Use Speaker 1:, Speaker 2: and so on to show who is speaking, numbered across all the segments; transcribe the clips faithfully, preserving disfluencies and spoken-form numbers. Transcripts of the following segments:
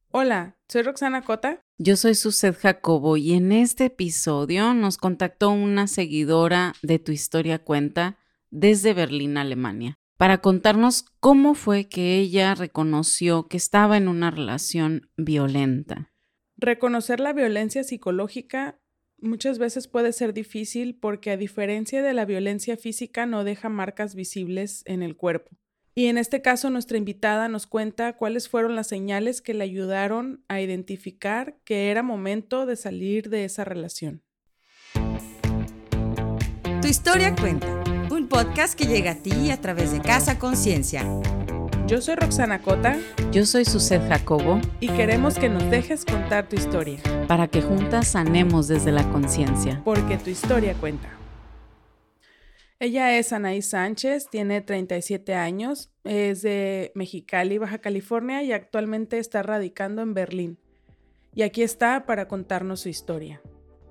Speaker 1: Hola, soy Roxana Cota.
Speaker 2: Yo soy Suset Jacobo y en este episodio nos contactó una seguidora de Tu Historia Cuenta desde Berlín, Alemania, para contarnos cómo fue que ella reconoció que estaba en una relación violenta.
Speaker 1: Reconocer la violencia psicológica muchas veces puede ser difícil porque, a diferencia de la violencia física, no deja marcas visibles en el cuerpo. Y en este caso, nuestra invitada nos cuenta cuáles fueron las señales que le ayudaron a identificar que era momento de salir de esa relación.
Speaker 3: Tu Historia Cuenta, un podcast que llega a ti a través de Casa Conciencia.
Speaker 1: Yo soy Roxana Cota.
Speaker 2: Yo soy Suset Jacobo.
Speaker 1: Y queremos que nos dejes contar tu historia.
Speaker 2: Para que juntas sanemos desde la conciencia.
Speaker 1: Porque tu historia cuenta. Ella es Anaís Sánchez, tiene treinta y siete años, es de Mexicali, Baja California, y actualmente está radicando en Berlín. Y aquí está para contarnos su historia.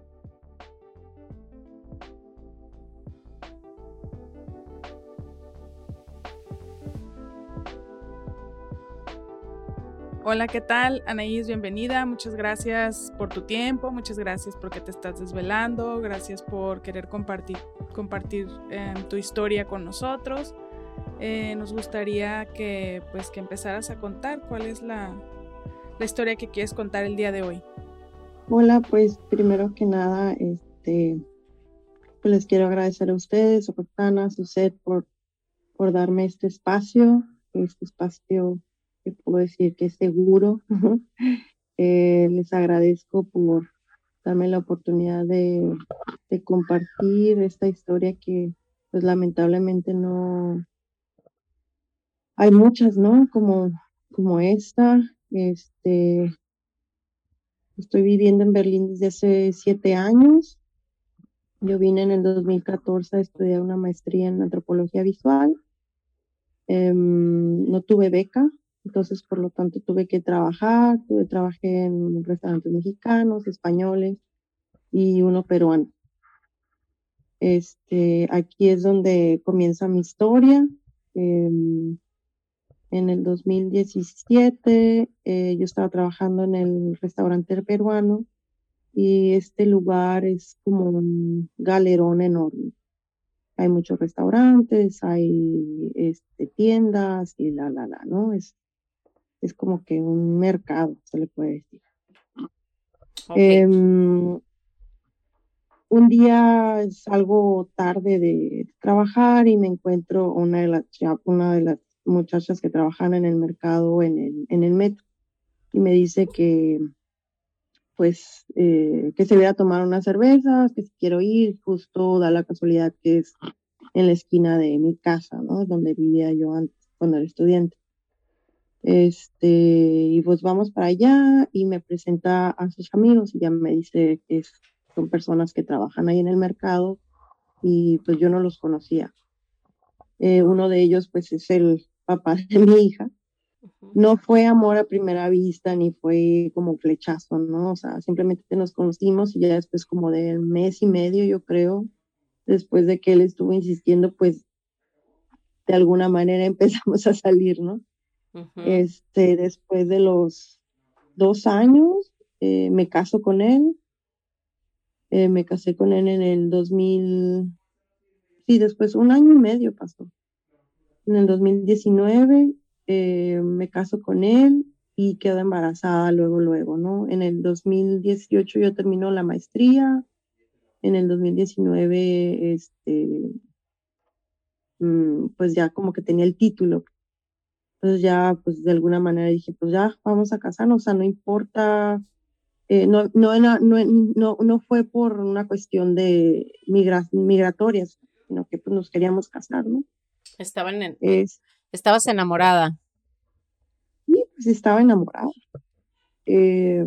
Speaker 1: Hola, ¿qué tal? Anaís, bienvenida. Muchas gracias por tu tiempo, muchas gracias porque te estás desvelando, gracias por querer compartir, compartir eh, tu historia con nosotros. Eh, nos gustaría que, pues, que empezaras a contar cuál es la, la historia que quieres contar el día de hoy.
Speaker 4: Hola, pues primero que nada, este, pues les quiero agradecer a ustedes, a Roxana, Suset, por, por darme este espacio, este espacio que puedo decir que es seguro. eh, les agradezco por darme la oportunidad de, de compartir esta historia que pues lamentablemente no hay muchas, ¿no? Como, como esta. Este, estoy viviendo en Berlín desde hace siete años. Yo vine en el dos mil catorce a estudiar una maestría en antropología visual. Eh, no tuve beca, entonces por lo tanto tuve que trabajar. Tuve, trabajé en restaurantes mexicanos, españoles y uno peruano. Este, aquí es donde comienza mi historia. Eh, en el dos mil diecisiete eh, yo estaba trabajando en el restaurante peruano y este lugar es como un galerón enorme. Hay muchos restaurantes, hay este, tiendas y la, la, la, ¿no? Es, es como que un mercado, se le puede decir.
Speaker 2: Okay.
Speaker 4: Eh, un día salgo tarde de trabajar y me encuentro una de las, una de las muchachas que trabajan en el mercado en el, en el metro y me dice que pues eh, que se vaya a tomar unas cervezas, que si quiero ir, justo da la casualidad que es en la esquina de mi casa, ¿no? Donde vivía yo antes, cuando era estudiante. Este, y pues vamos para allá y me presenta a sus amigos y ya me dice que es, son personas que trabajan ahí en el mercado y pues yo no los conocía. Eh, uno de ellos pues es el papá de mi hija. No fue amor a primera vista ni fue como flechazo, ¿no? O sea, simplemente nos conocimos y ya después como de mes y medio, yo creo, después de que él estuvo insistiendo, pues de alguna manera empezamos a salir, ¿no? Uh-huh. Este, después de los dos años, eh, me caso con él. Eh, me casé con él en el dos mil, sí, después un año y medio pasó. En el dos mil diecinueve eh, me caso con él y quedo embarazada luego, luego, ¿no? En el dos mil dieciocho yo termino la maestría. En el dos mil diecinueve, este, pues ya como que tenía el título. Entonces ya, pues de alguna manera dije, pues ya, vamos a casarnos, o sea, no importa, eh, no, no, no, no, no fue por una cuestión de migra, migratorias, sino que pues nos queríamos casar, ¿no?
Speaker 2: Estaban en, es, estabas enamorada.
Speaker 4: Sí, pues estaba enamorada. Eh,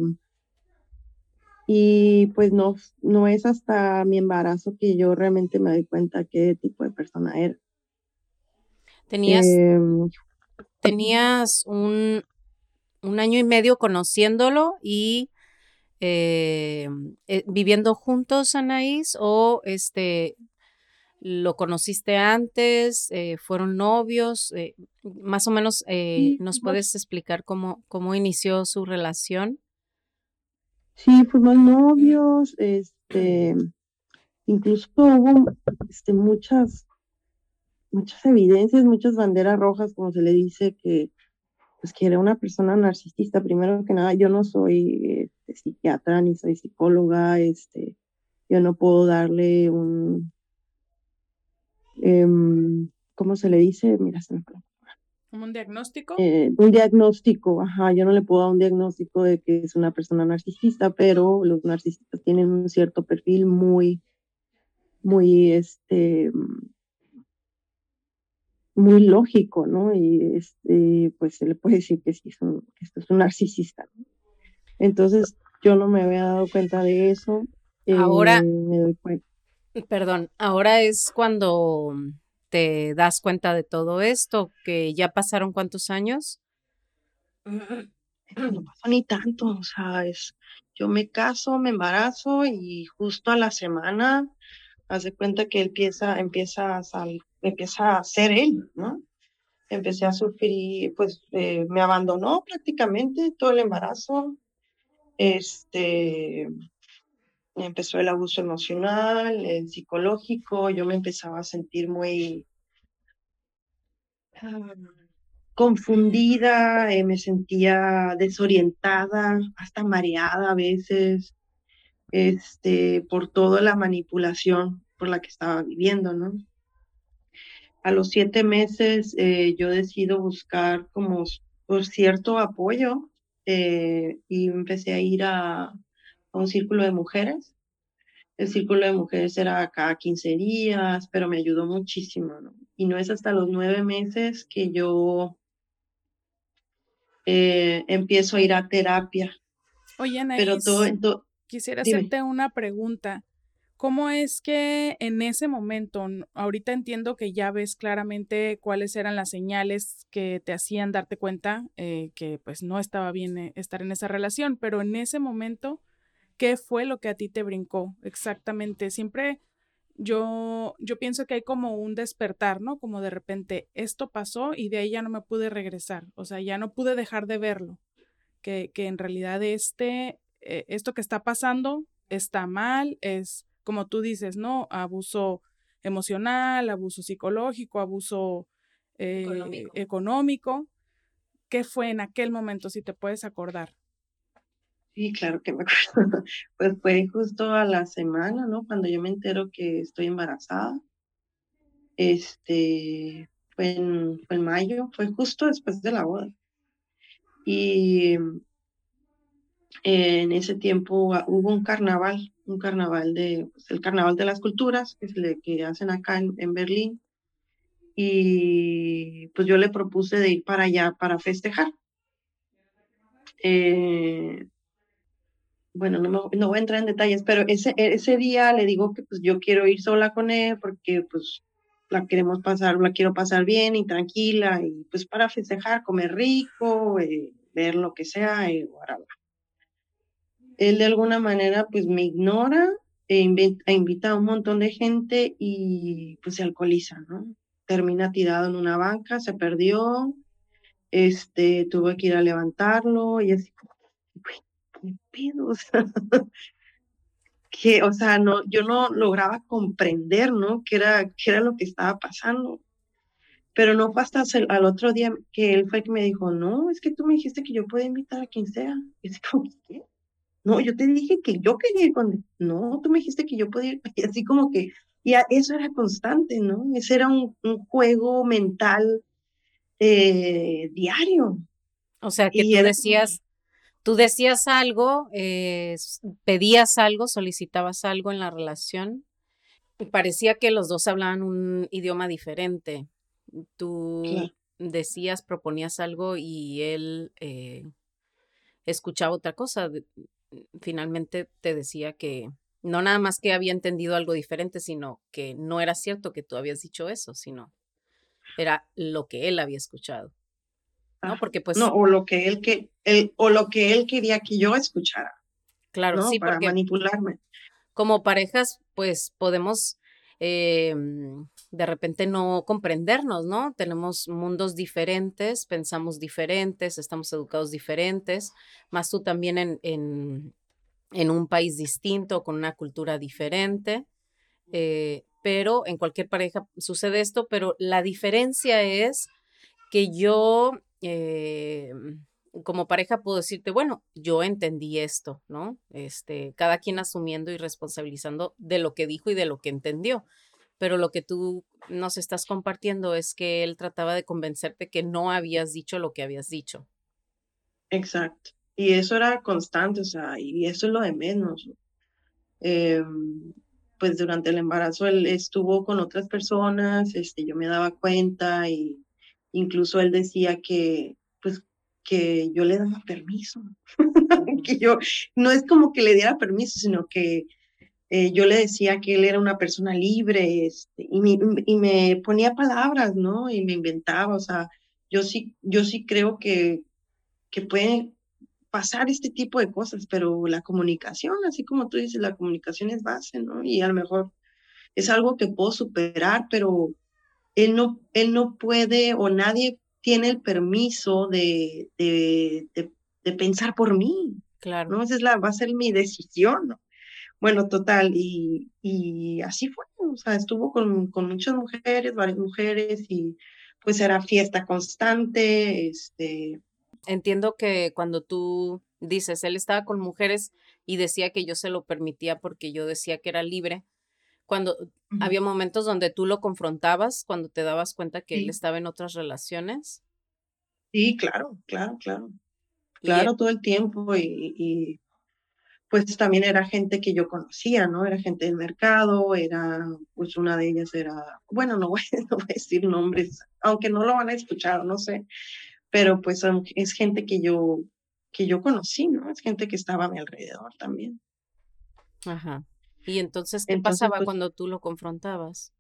Speaker 4: y pues no, no es hasta mi embarazo que yo realmente me doy cuenta qué tipo de persona era.
Speaker 2: Tenías... Eh, Tenías un, un año y medio conociéndolo y eh, eh, viviendo juntos, Anaís, o este ¿Lo conociste antes? Eh, ¿fueron novios? Eh, más o menos, eh,
Speaker 4: Sí,
Speaker 2: ¿nos
Speaker 4: fuimos,
Speaker 2: puedes explicar cómo, cómo inició su relación?
Speaker 4: sí, fuimos novios, este, incluso hubo este, muchas, muchas evidencias, muchas banderas rojas, como se le dice, que pues que era una persona narcisista. Primero que nada, yo no soy este, psiquiatra ni soy psicóloga, este, yo no puedo darle un, em, ¿cómo se le dice? Mira, se me fue.
Speaker 1: ¿Como un diagnóstico?
Speaker 4: Eh, un diagnóstico, ajá, yo no le puedo dar un diagnóstico de que es una persona narcisista, pero los narcisistas tienen un cierto perfil muy, muy, este, muy lógico, ¿no? Y este, pues se le puede decir que sí, es un, que esto es un narcisista, ¿no? Entonces, yo no me había dado cuenta de eso,
Speaker 2: Ahora,
Speaker 4: eh, me doy cuenta.
Speaker 2: perdón, ahora es cuando te das cuenta de todo esto, que ya pasaron cuántos años.
Speaker 4: No pasó ni tanto, o sea, es, yo me caso, me embarazo y justo a la semana, haz de cuenta que él empieza, empieza a sal, empieza a ser él, ¿no? Empecé a sufrir, pues eh, me abandonó prácticamente todo el embarazo, este, empezó el abuso emocional, el psicológico, yo me empezaba a sentir muy ah, confundida, eh, me sentía desorientada, hasta mareada a veces, este, por toda la manipulación por la que estaba viviendo, ¿no? A los siete meses eh, yo decido buscar como s- por cierto apoyo eh, y empecé a ir a, a un círculo de mujeres. El círculo de mujeres era cada quince días, pero me ayudó muchísimo, ¿no? Y no es hasta los nueve meses que yo eh, empiezo a ir a terapia,
Speaker 1: Oye,
Speaker 4: pero todo,
Speaker 1: Anaís,
Speaker 4: en to-
Speaker 1: quisiera
Speaker 4: dime.
Speaker 1: hacerte una pregunta. ¿Cómo es que en ese momento, n- ahorita entiendo que ya ves claramente cuáles eran las señales que te hacían darte cuenta eh, que pues no estaba bien eh, estar en esa relación, pero en ese momento, ¿qué fue lo que a ti te brincó exactamente? Siempre yo, yo pienso que hay como un despertar, ¿no? Como de repente esto pasó y de ahí ya no me pude regresar, o sea, ya no pude dejar de verlo, que, que en realidad este, eh, esto que está pasando está mal, es como tú dices, ¿no? Abuso emocional, abuso psicológico, abuso eh,
Speaker 2: Económico.
Speaker 1: económico. ¿Qué fue en aquel momento, si te puedes acordar?
Speaker 4: Sí, claro que me acuerdo. Pues fue justo a la semana, ¿no? Cuando yo me entero que estoy embarazada. Este, fue en, fue en mayo, fue justo después de la boda. Y eh, en ese tiempo ah, hubo un carnaval, un carnaval de, pues, el carnaval de las culturas que, se le, que hacen acá en, en Berlín. Y pues yo le propuse de ir para allá para festejar. Eh, bueno, no, me- no voy a entrar en detalles, pero ese, ese día le digo que pues yo quiero ir sola con él porque pues la queremos pasar, la quiero pasar bien y tranquila y pues para festejar, comer rico, eh, ver lo que sea y guaraba. Él de alguna manera pues me ignora e invi- e invita a un montón de gente y pues se alcoholiza, ¿no? Termina tirado en una banca, se perdió, este, tuve que ir a levantarlo y así como, güey, ¿qué pedo? O sea, que, o sea, no, yo no lograba comprender, ¿no? ¿Qué era, qué era lo que estaba pasando? Pero no fue hasta el- al otro día que él fue el que me dijo, no, es que tú me dijiste que yo podía invitar a quien sea. Y así como, ¿qué? No, yo te dije que yo quería ir con él. No, tú me dijiste que yo podía ir. Y así como que, y a- eso era constante, ¿no? Ese era un, un juego mental eh, diario.
Speaker 2: O sea, que
Speaker 4: Y
Speaker 2: tú
Speaker 4: era como que,
Speaker 2: decías, tú decías algo, eh, s- pedías algo, solicitabas algo en la relación y parecía que los dos hablaban un idioma diferente. Tú
Speaker 4: claro.
Speaker 2: decías, proponías algo y él eh, escuchaba otra cosa. De- Finalmente te decía que no nada más que había entendido algo diferente, sino que no era cierto que tú habías dicho eso, sino era lo que él había escuchado, ¿no?
Speaker 4: Ajá.
Speaker 2: Porque
Speaker 4: No,
Speaker 2: pues,
Speaker 4: o lo que él que, él, o lo que él quería que yo escuchara,
Speaker 2: claro,
Speaker 4: ¿no?
Speaker 2: sí,
Speaker 4: Para
Speaker 2: porque
Speaker 4: manipularme.
Speaker 2: como parejas, pues podemos eh, de repente no comprendernos, ¿no? Tenemos mundos diferentes, pensamos diferentes, estamos educados diferentes, más tú también en, en, en un país distinto, con una cultura diferente. Eh, pero en cualquier pareja sucede esto, pero la diferencia es que yo, eh, como pareja puedo decirte, bueno, yo entendí esto, ¿no? Este, cada quien asumiendo y responsabilizando de lo que dijo y de lo que entendió. Pero lo que tú nos estás compartiendo es que él trataba de convencerte que no habías dicho lo que habías dicho.
Speaker 4: Exacto. Y eso era constante, o sea, y eso es lo de menos. Eh, pues durante el embarazo él estuvo con otras personas, este, yo me daba cuenta y incluso él decía que, pues, que yo le daba permiso, que yo, no es como que le diera permiso, sino que eh, yo le decía que él era una persona libre, este, y, me, y me ponía palabras, ¿no? Y me inventaba, o sea, yo sí, yo sí creo que, que puede pasar este tipo de cosas, pero la comunicación, así como tú dices, la comunicación es base, ¿no? Y a lo mejor es algo que puedo superar, pero él no, él no puede o nadie tiene el permiso de, de, de, de pensar por mí,
Speaker 2: Claro.
Speaker 4: ¿no? Esa es la, va a ser mi decisión, ¿no? Bueno, total, y, y así fue, o sea, estuvo con, con muchas mujeres, varias mujeres, y pues era fiesta constante, este,
Speaker 2: Entiendo que cuando tú dices, él estaba con mujeres y decía que yo se lo permitía porque yo decía que era libre, cuando
Speaker 4: ujú,
Speaker 2: había momentos donde tú lo confrontabas, cuando te dabas cuenta que él
Speaker 4: sí,
Speaker 2: estaba en otras relaciones
Speaker 4: sí, claro, claro, claro,
Speaker 2: y e-
Speaker 4: claro, todo el tiempo, y, y pues también era gente que yo conocía, ¿no? Era gente del mercado, era, pues una de ellas era, bueno, no voy, no voy a decir nombres, aunque no lo van a escuchar, no sé, pero pues aunque es gente que yo, que yo conocí, ¿no? Es gente que estaba a mi alrededor también.
Speaker 2: ajá. Y entonces, ¿qué
Speaker 4: Entonces,
Speaker 2: pasaba
Speaker 4: pues,
Speaker 2: cuando tú lo confrontabas?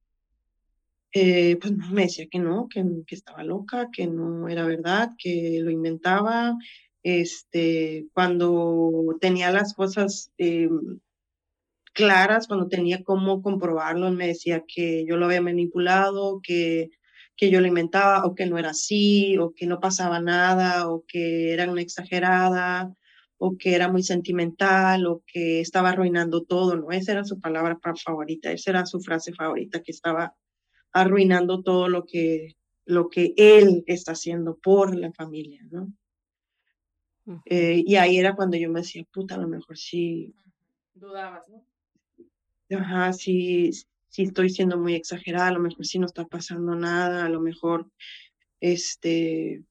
Speaker 4: eh, pues no, me decía que no, que, que estaba loca, que no era verdad, que lo inventaba. Este, cuando tenía las cosas eh, claras, cuando tenía cómo comprobarlo, él me decía que yo lo había manipulado, que, que yo lo inventaba, o que no era así, o que no pasaba nada, o que era una exagerada, o que era muy sentimental, o que estaba arruinando todo, ¿no? Esa era su palabra pa- favorita, esa era su frase favorita, que estaba arruinando todo lo que, lo que él está haciendo por la familia, ¿no?
Speaker 2: Ujú.
Speaker 4: Eh, y ahí era cuando yo me decía, puta, a lo mejor sí,
Speaker 1: Dudabas, ¿no?
Speaker 4: ajá, sí, sí estoy siendo muy exagerada, a lo mejor sí no está pasando nada, a lo mejor, este,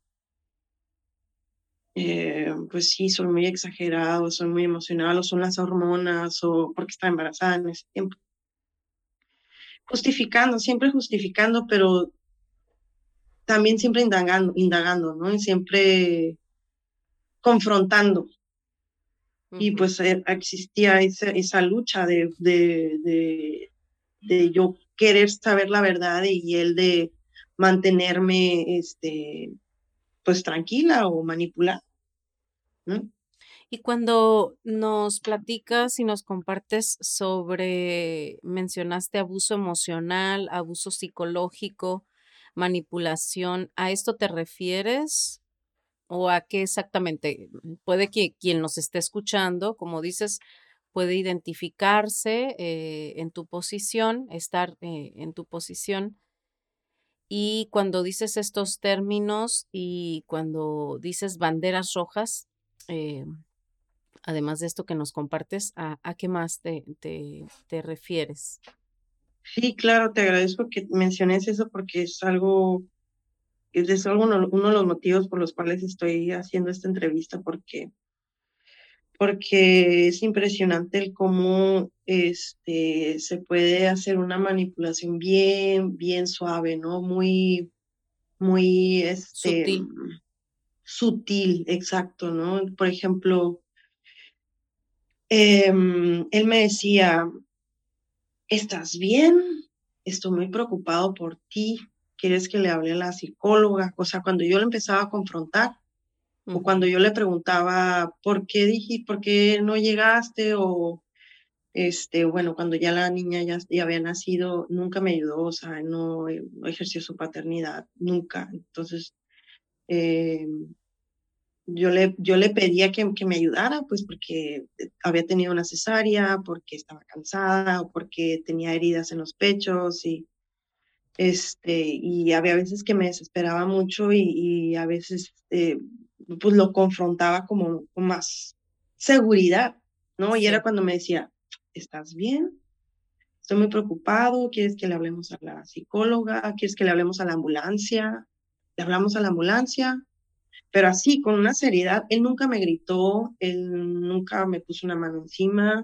Speaker 4: eh, pues sí, soy muy exagerada, o soy muy emocional, o son las hormonas, o porque estaba embarazada en ese tiempo. Justificando, siempre justificando, pero también siempre indagando, indagando, ¿no? Y siempre confrontando. Y
Speaker 2: Ujú.
Speaker 4: pues eh, existía esa, esa lucha de, de, de, de yo querer saber la verdad y él de mantenerme, este, pues tranquila o manipulada, ¿no?
Speaker 2: Y cuando nos platicas y nos compartes sobre, mencionaste abuso emocional, abuso psicológico, manipulación, ¿a esto te refieres o a qué exactamente? Puede que quien nos esté escuchando, como dices, puede identificarse eh, en tu posición, estar eh, en tu posición. Y cuando dices estos términos y cuando dices banderas rojas, eh, además de esto que nos compartes, ¿a, a qué más te, te, te refieres?
Speaker 4: Sí, claro, te agradezco que menciones eso porque es algo, es algo uno, uno de los motivos por los cuales estoy haciendo esta entrevista, porque, porque es impresionante el cómo este, se puede hacer una manipulación bien, bien suave, ¿no? Muy, muy, este,
Speaker 2: Sutil.
Speaker 4: sutil, exacto, ¿no? Por ejemplo, em, él me decía, ¿estás bien? Estoy muy preocupado por ti. ¿Quieres que le hable a la psicóloga? O sea, cuando yo lo empezaba a confrontar o cuando
Speaker 2: Ujú.
Speaker 4: yo le preguntaba, ¿por qué dije, por qué no llegaste? O Este, bueno, cuando ya la niña ya, ya había nacido, nunca me ayudó, o sea, no, eh, no ejerció su paternidad, nunca. Entonces, eh, yo le, yo le pedía que, que me ayudara, pues porque había tenido una cesárea, porque estaba cansada o porque tenía heridas en los pechos y, este, y había veces que me desesperaba mucho y, y a veces eh, pues lo confrontaba como con más seguridad, ¿no? Y era
Speaker 2: Sí.
Speaker 4: cuando me decía, ¿estás bien? Estoy muy preocupado, ¿quieres que le hablemos a la psicóloga? ¿Quieres que le hablemos a la ambulancia? Le hablamos a la ambulancia, pero así, con una seriedad. Él nunca me gritó, él nunca me puso una mano encima,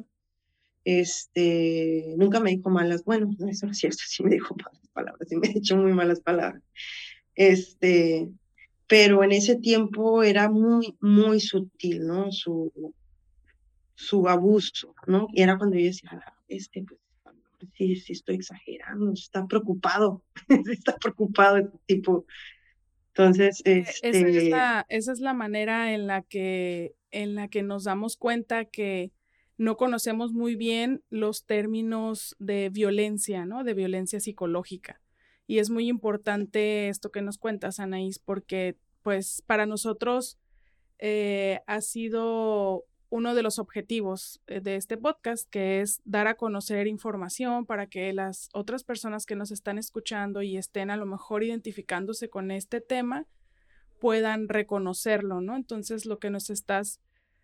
Speaker 4: este, nunca me dijo malas, bueno, no, eso no es cierto, sí me dijo malas palabras, sí me ha dicho muy malas palabras, este, pero en ese tiempo era muy, muy sutil, ¿no? Su, su abuso, ¿no? Y era cuando yo decía, "Ah, este, pues, a lo mejor sí, sí estoy exagerando, está preocupado, sí está preocupado este tipo". Entonces,
Speaker 1: Eh, Esa es
Speaker 4: este,
Speaker 1: la, esa es la manera en la que, en la que nos damos cuenta que no conocemos muy bien los términos de violencia, ¿no? De violencia psicológica. Y es muy importante esto que nos cuentas, Anaís, porque pues para nosotros eh, ha sido uno de los objetivos eh, de este podcast, que es dar a conocer información para que las otras personas que nos están escuchando y estén a lo mejor identificándose con este tema puedan reconocerlo, ¿no? Entonces lo que nos estás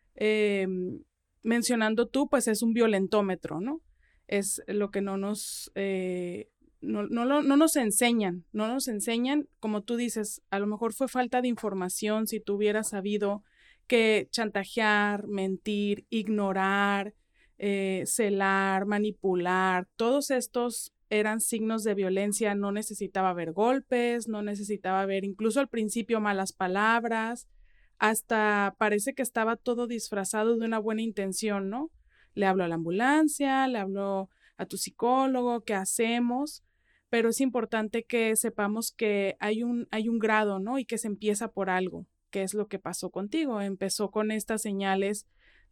Speaker 1: eh, mencionando tú, pues es un violentómetro, ¿no? Es lo que no nos, eh, no, no, no, no nos enseñan, no nos enseñan, como tú dices, a lo mejor fue falta de información si tú hubieras sabido que chantajear, mentir, ignorar, eh, celar, manipular, todos estos eran signos de violencia, no necesitaba haber golpes, no necesitaba haber incluso al principio malas palabras, hasta parece que estaba todo disfrazado de una buena intención, ¿no? Le hablo a la ambulancia, le hablo a tu psicólogo, ¿qué hacemos? Pero es importante que sepamos que hay un, hay un grado, ¿no? Y que se empieza por algo, que es lo que pasó contigo. Empezó con estas señales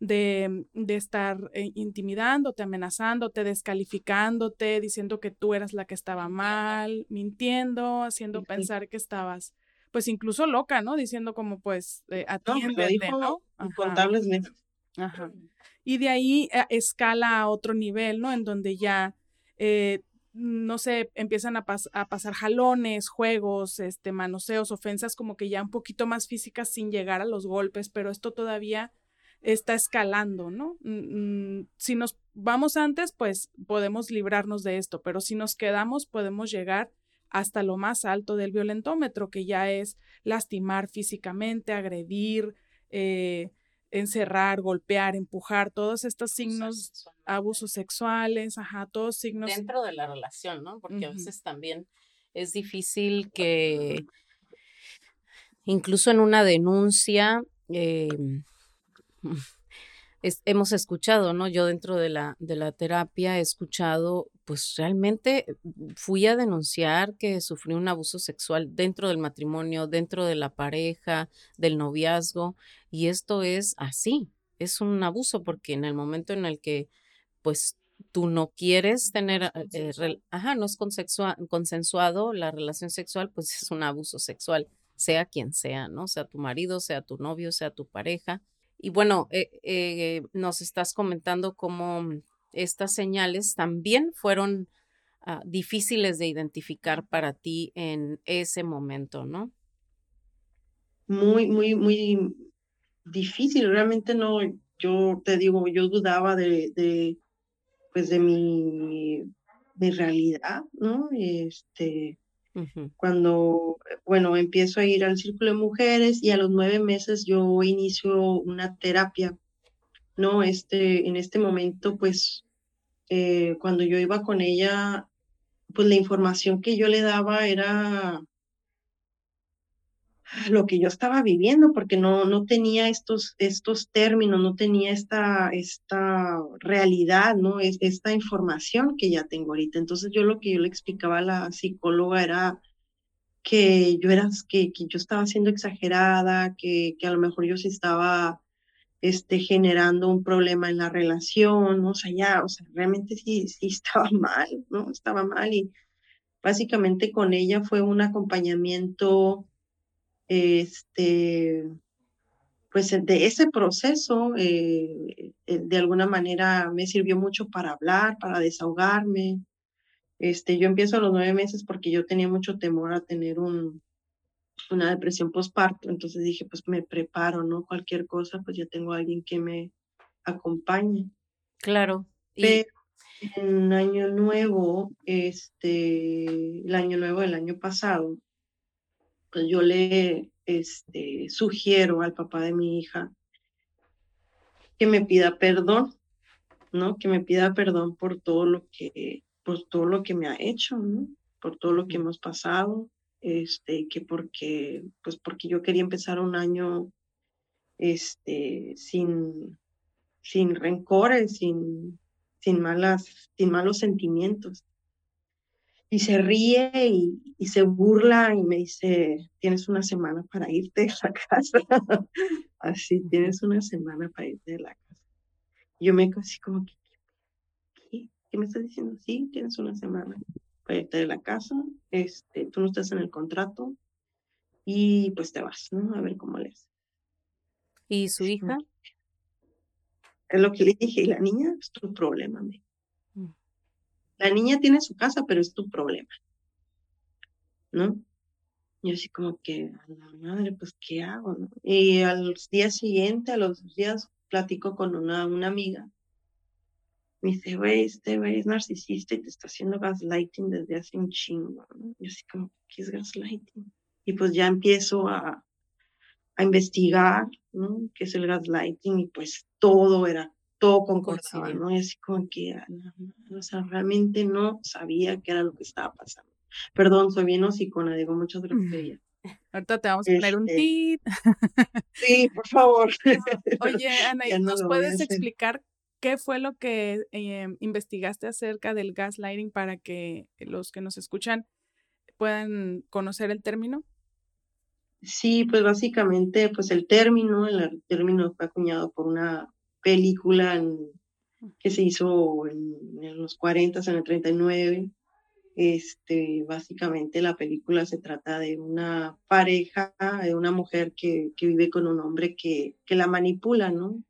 Speaker 1: de, de estar eh, intimidándote, amenazándote, descalificándote, diciendo que tú eras la que estaba mal, mintiendo, haciendo pensar que estabas pues incluso loca, ¿no? Diciendo como pues eh,
Speaker 4: no, me lo
Speaker 1: atiéndete,
Speaker 4: dijo
Speaker 1: ¿no? Ajá,
Speaker 4: incontables veces.
Speaker 1: ajá. Y de ahí eh, escala a otro nivel, ¿no? En donde ya, eh, no sé, empiezan a, pas a pasar jalones, juegos, este, manoseos, ofensas como que ya un poquito más físicas sin llegar a los golpes, pero esto todavía está escalando, ¿no? Mm, si nos vamos antes, pues podemos librarnos de esto, pero si nos quedamos, podemos llegar hasta lo más alto del violentómetro, que ya es lastimar físicamente, agredir, eh, encerrar, golpear, empujar, todos estos signos, abusos sexuales, ajá, todos signos.
Speaker 2: Dentro de la relación, ¿no? Porque a
Speaker 1: Ujú.
Speaker 2: veces también es difícil que incluso en una denuncia, eh, es- hemos escuchado, ¿no? Yo dentro de la, de la terapia he escuchado, pues realmente fui a denunciar que sufrí un abuso sexual dentro del matrimonio, dentro de la pareja, del noviazgo, y esto es así, es un abuso porque en el momento en el que, pues, tú no quieres tener, eh, eh, rel- ajá, no es consexua- consensuado la relación sexual, pues es un abuso sexual, sea quien sea, ¿no? Sea tu marido, sea tu novio, sea tu pareja. Y bueno, eh, eh, nos estás comentando cómo mm, estas señales también fueron ah, difíciles de identificar para ti en ese momento, ¿no?
Speaker 4: Muy, muy, muy difícil. Realmente no, yo te digo, yo dudaba de, de pues de mi, mi realidad, ¿no? Este,
Speaker 2: Ujú.
Speaker 4: cuando, bueno, empiezo a ir al círculo de mujeres y a los nueve meses yo inicio una terapia, ¿no? Este, en este momento, pues, eh, cuando yo iba con ella, pues la información que yo le daba era lo que yo estaba viviendo, porque no, no tenía estos, estos términos, no tenía esta, esta realidad, ¿no? Es, esta información que ya tengo ahorita. Entonces yo lo que yo le explicaba a la psicóloga era que yo era, que, que yo estaba siendo exagerada, que, que a lo mejor yo sí estaba este, generando un problema en la relación, ¿no? O sea, ya, o sea, realmente sí, sí estaba mal, ¿no? Estaba mal y básicamente con ella fue un acompañamiento, este, pues de ese proceso, eh, eh, de alguna manera me sirvió mucho para hablar, para desahogarme. Este, yo empiezo a los nueve meses porque yo tenía mucho temor a tener un, una depresión postparto, entonces dije, pues me preparo, ¿no? Cualquier cosa, pues ya tengo a alguien que me acompañe.
Speaker 2: Claro. Y
Speaker 4: Pero en Año Nuevo, este, el Año Nuevo del año pasado, pues yo le, este, sugiero al papá de mi hija que me pida perdón, ¿no? Que me pida perdón por todo lo que, por todo lo que me ha hecho, ¿no? Por todo lo que hemos pasado, este, que porque, pues porque yo quería empezar un año, este, sin, sin rencores, sin, sin malas, sin malos sentimientos. Y se ríe y, y se burla y me dice, tienes una semana para irte de la casa. Así, tienes una semana para irte de la casa. Y yo me quedo así como que, ¿qué? ¿Qué me estás diciendo? Sí, tienes una semana para irte de la casa, este, tú no estás en el contrato y pues te vas, ¿no? A ver cómo le haces.
Speaker 2: ¿Y su
Speaker 4: Así como
Speaker 2: hija?
Speaker 4: que, es lo que le dije, y la niña es tu problema, me.
Speaker 2: Mm.
Speaker 4: La niña tiene su casa, pero es tu problema, ¿no? Y así como que, a la madre, pues, ¿qué hago, no? Y al día siguiente, a los dos días, platico con una, una amiga. Me dice, güey, este güey es narcisista y te está haciendo gaslighting desde hace un chingo, ¿no? Y así como, ¿qué es gaslighting? Y pues ya empiezo a, a investigar, ¿no? ¿Qué es el gaslighting? Y pues todo era, todo concordaba,
Speaker 2: Coincidió.
Speaker 4: ¿no? Y así como que, a la madre, o sea, realmente no sabía qué era lo que estaba pasando. Perdón, soy bien hocicona, digo muchas groserías.
Speaker 1: Ahorita te vamos a poner un
Speaker 4: Este,
Speaker 1: tit.
Speaker 4: sí, por favor.
Speaker 1: Oye, Ana,
Speaker 4: Ya no
Speaker 1: ¿nos
Speaker 4: lo voy a
Speaker 1: puedes
Speaker 4: hacer.
Speaker 1: explicar qué fue lo que eh, investigaste acerca del gaslighting para que los que nos escuchan puedan conocer el término?
Speaker 4: Sí, pues básicamente, pues el término, el término fue acuñado por una película en- que se hizo en, en los cuarenta, en el treinta y nueve. Este, básicamente la película se trata de una pareja, de una mujer que, que vive con un hombre que, que la manipula, ¿no?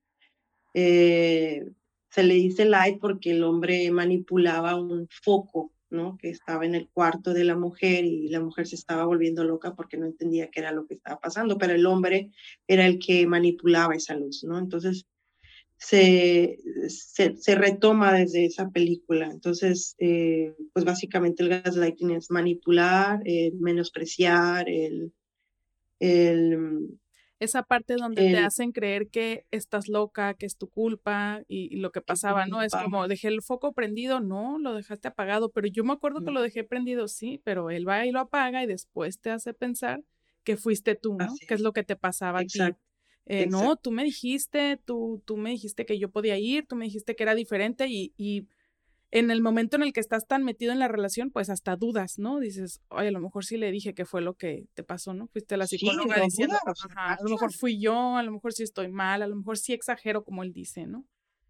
Speaker 4: Eh, Se le dice light porque el hombre manipulaba un foco, ¿no? Que estaba en el cuarto de la mujer y la mujer se estaba volviendo loca porque no entendía qué era lo que estaba pasando, pero el hombre era el que manipulaba esa luz, ¿no? Entonces se, se, se retoma desde esa película. Entonces, eh, pues básicamente el gaslighting es manipular, el menospreciar, el, el,
Speaker 1: Esa parte donde te
Speaker 4: el
Speaker 1: hacen creer que estás loca, que es tu culpa y, y lo que
Speaker 4: que tu
Speaker 1: pasaba, ¿no? Es
Speaker 4: culpa.
Speaker 1: como, dejé el foco prendido, no, lo dejaste apagado, pero yo me acuerdo que lo dejé prendido, sí, pero él va y lo apaga y después te hace pensar que fuiste tú, ¿no?
Speaker 4: Así
Speaker 1: ¿Qué es
Speaker 4: es,
Speaker 1: lo que te pasaba a ti?
Speaker 4: exacto,
Speaker 1: Eh, no,
Speaker 4: exacto.
Speaker 1: tú me dijiste, tú, tú me dijiste que yo podía ir, tú me dijiste que era diferente y, y en el momento en el que estás tan metido en la relación, pues hasta dudas, ¿no? Dices, oye, a lo mejor sí le dije que fue lo que te pasó, ¿no? Fuiste a la
Speaker 4: Sí,
Speaker 1: psicóloga
Speaker 4: no
Speaker 1: diciendo,
Speaker 4: duda, o sea,
Speaker 1: ajá, a lo mejor
Speaker 4: pasa.
Speaker 1: fui yo, a lo mejor sí estoy mal, a lo mejor sí exagero como él dice, ¿no?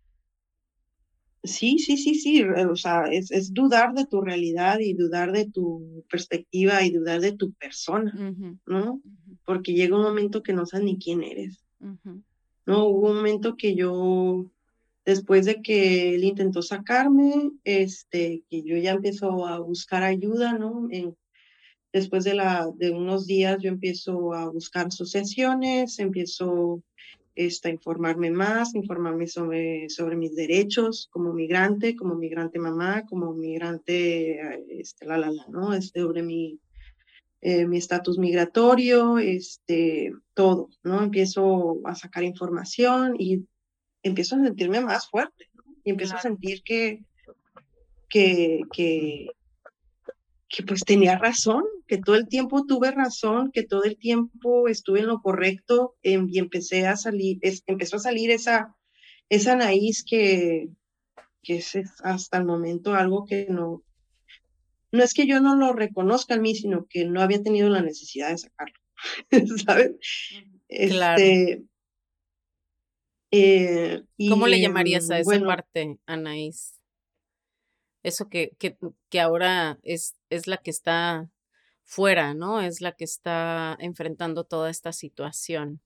Speaker 4: Sí, sí, sí, sí, eh, o sea, es, es dudar de tu realidad y dudar de tu perspectiva y dudar de tu persona,
Speaker 1: Ujú,
Speaker 4: ¿no?
Speaker 1: ujú,
Speaker 4: Porque llega un momento que no sabes ni quién eres,
Speaker 1: ujú.
Speaker 4: ¿no? Hubo un momento que yo, después de que él intentó sacarme, este, que yo ya empiezo a buscar ayuda, ¿no? En, después de, la, de unos días yo empiezo a buscar asociaciones, empiezo este, a informarme más, informarme sobre, sobre mis derechos como migrante, como migrante mamá, como migrante, eh, este, la, la, la, ¿no? Este, sobre mi eh, mi estatus migratorio, este, todo, ¿no? Empiezo a sacar información y empiezo a sentirme más fuerte, ¿no? Y empiezo a
Speaker 1: Claro.
Speaker 4: sentir que, que, que, que pues tenía razón, que todo el tiempo tuve razón, que todo el tiempo estuve en lo correcto eh, y empecé a salir, es, empezó a salir esa, esa Anaís que, que es hasta el momento algo que no, no es que yo no lo reconozca en mí, sino que no había tenido la necesidad de sacarlo, ¿sabes?
Speaker 2: Claro.
Speaker 4: Este, Eh,
Speaker 2: ¿Cómo le
Speaker 4: y
Speaker 2: llamarías a
Speaker 4: mm,
Speaker 2: esa
Speaker 4: bueno,
Speaker 2: parte, Anaís? Eso que, que, que ahora es, es la que está fuera, ¿no? Es la que está enfrentando toda esta situación.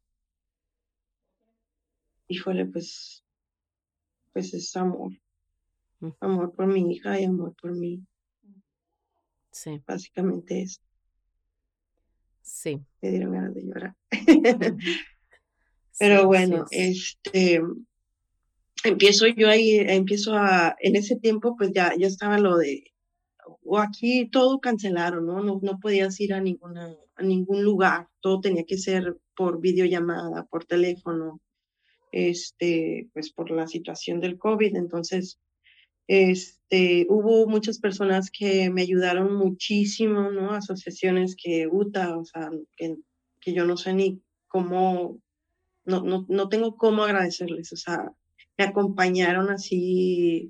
Speaker 4: híjole, pues, pues es amor,
Speaker 2: Mm,
Speaker 4: amor por mi hija y amor por mí,
Speaker 2: sí,
Speaker 4: básicamente es,
Speaker 2: sí.
Speaker 4: me dieron ganas de llorar.
Speaker 2: Ujú. Sí,
Speaker 4: Pero
Speaker 2: así
Speaker 4: bueno,
Speaker 2: es.
Speaker 4: este, empiezo yo ahí, empiezo a, en ese tiempo, pues ya, ya estaba lo de, o aquí todo cancelaron, ¿no? No, no podías ir a ninguna, a ningún lugar, todo tenía que ser por videollamada, por teléfono, este, pues por la situación del COVID. Entonces, este, hubo muchas personas que me ayudaron muchísimo, ¿no? Asociaciones que UTA, o sea, que, que yo no sé ni cómo, no, no, no tengo cómo agradecerles, o sea, me acompañaron así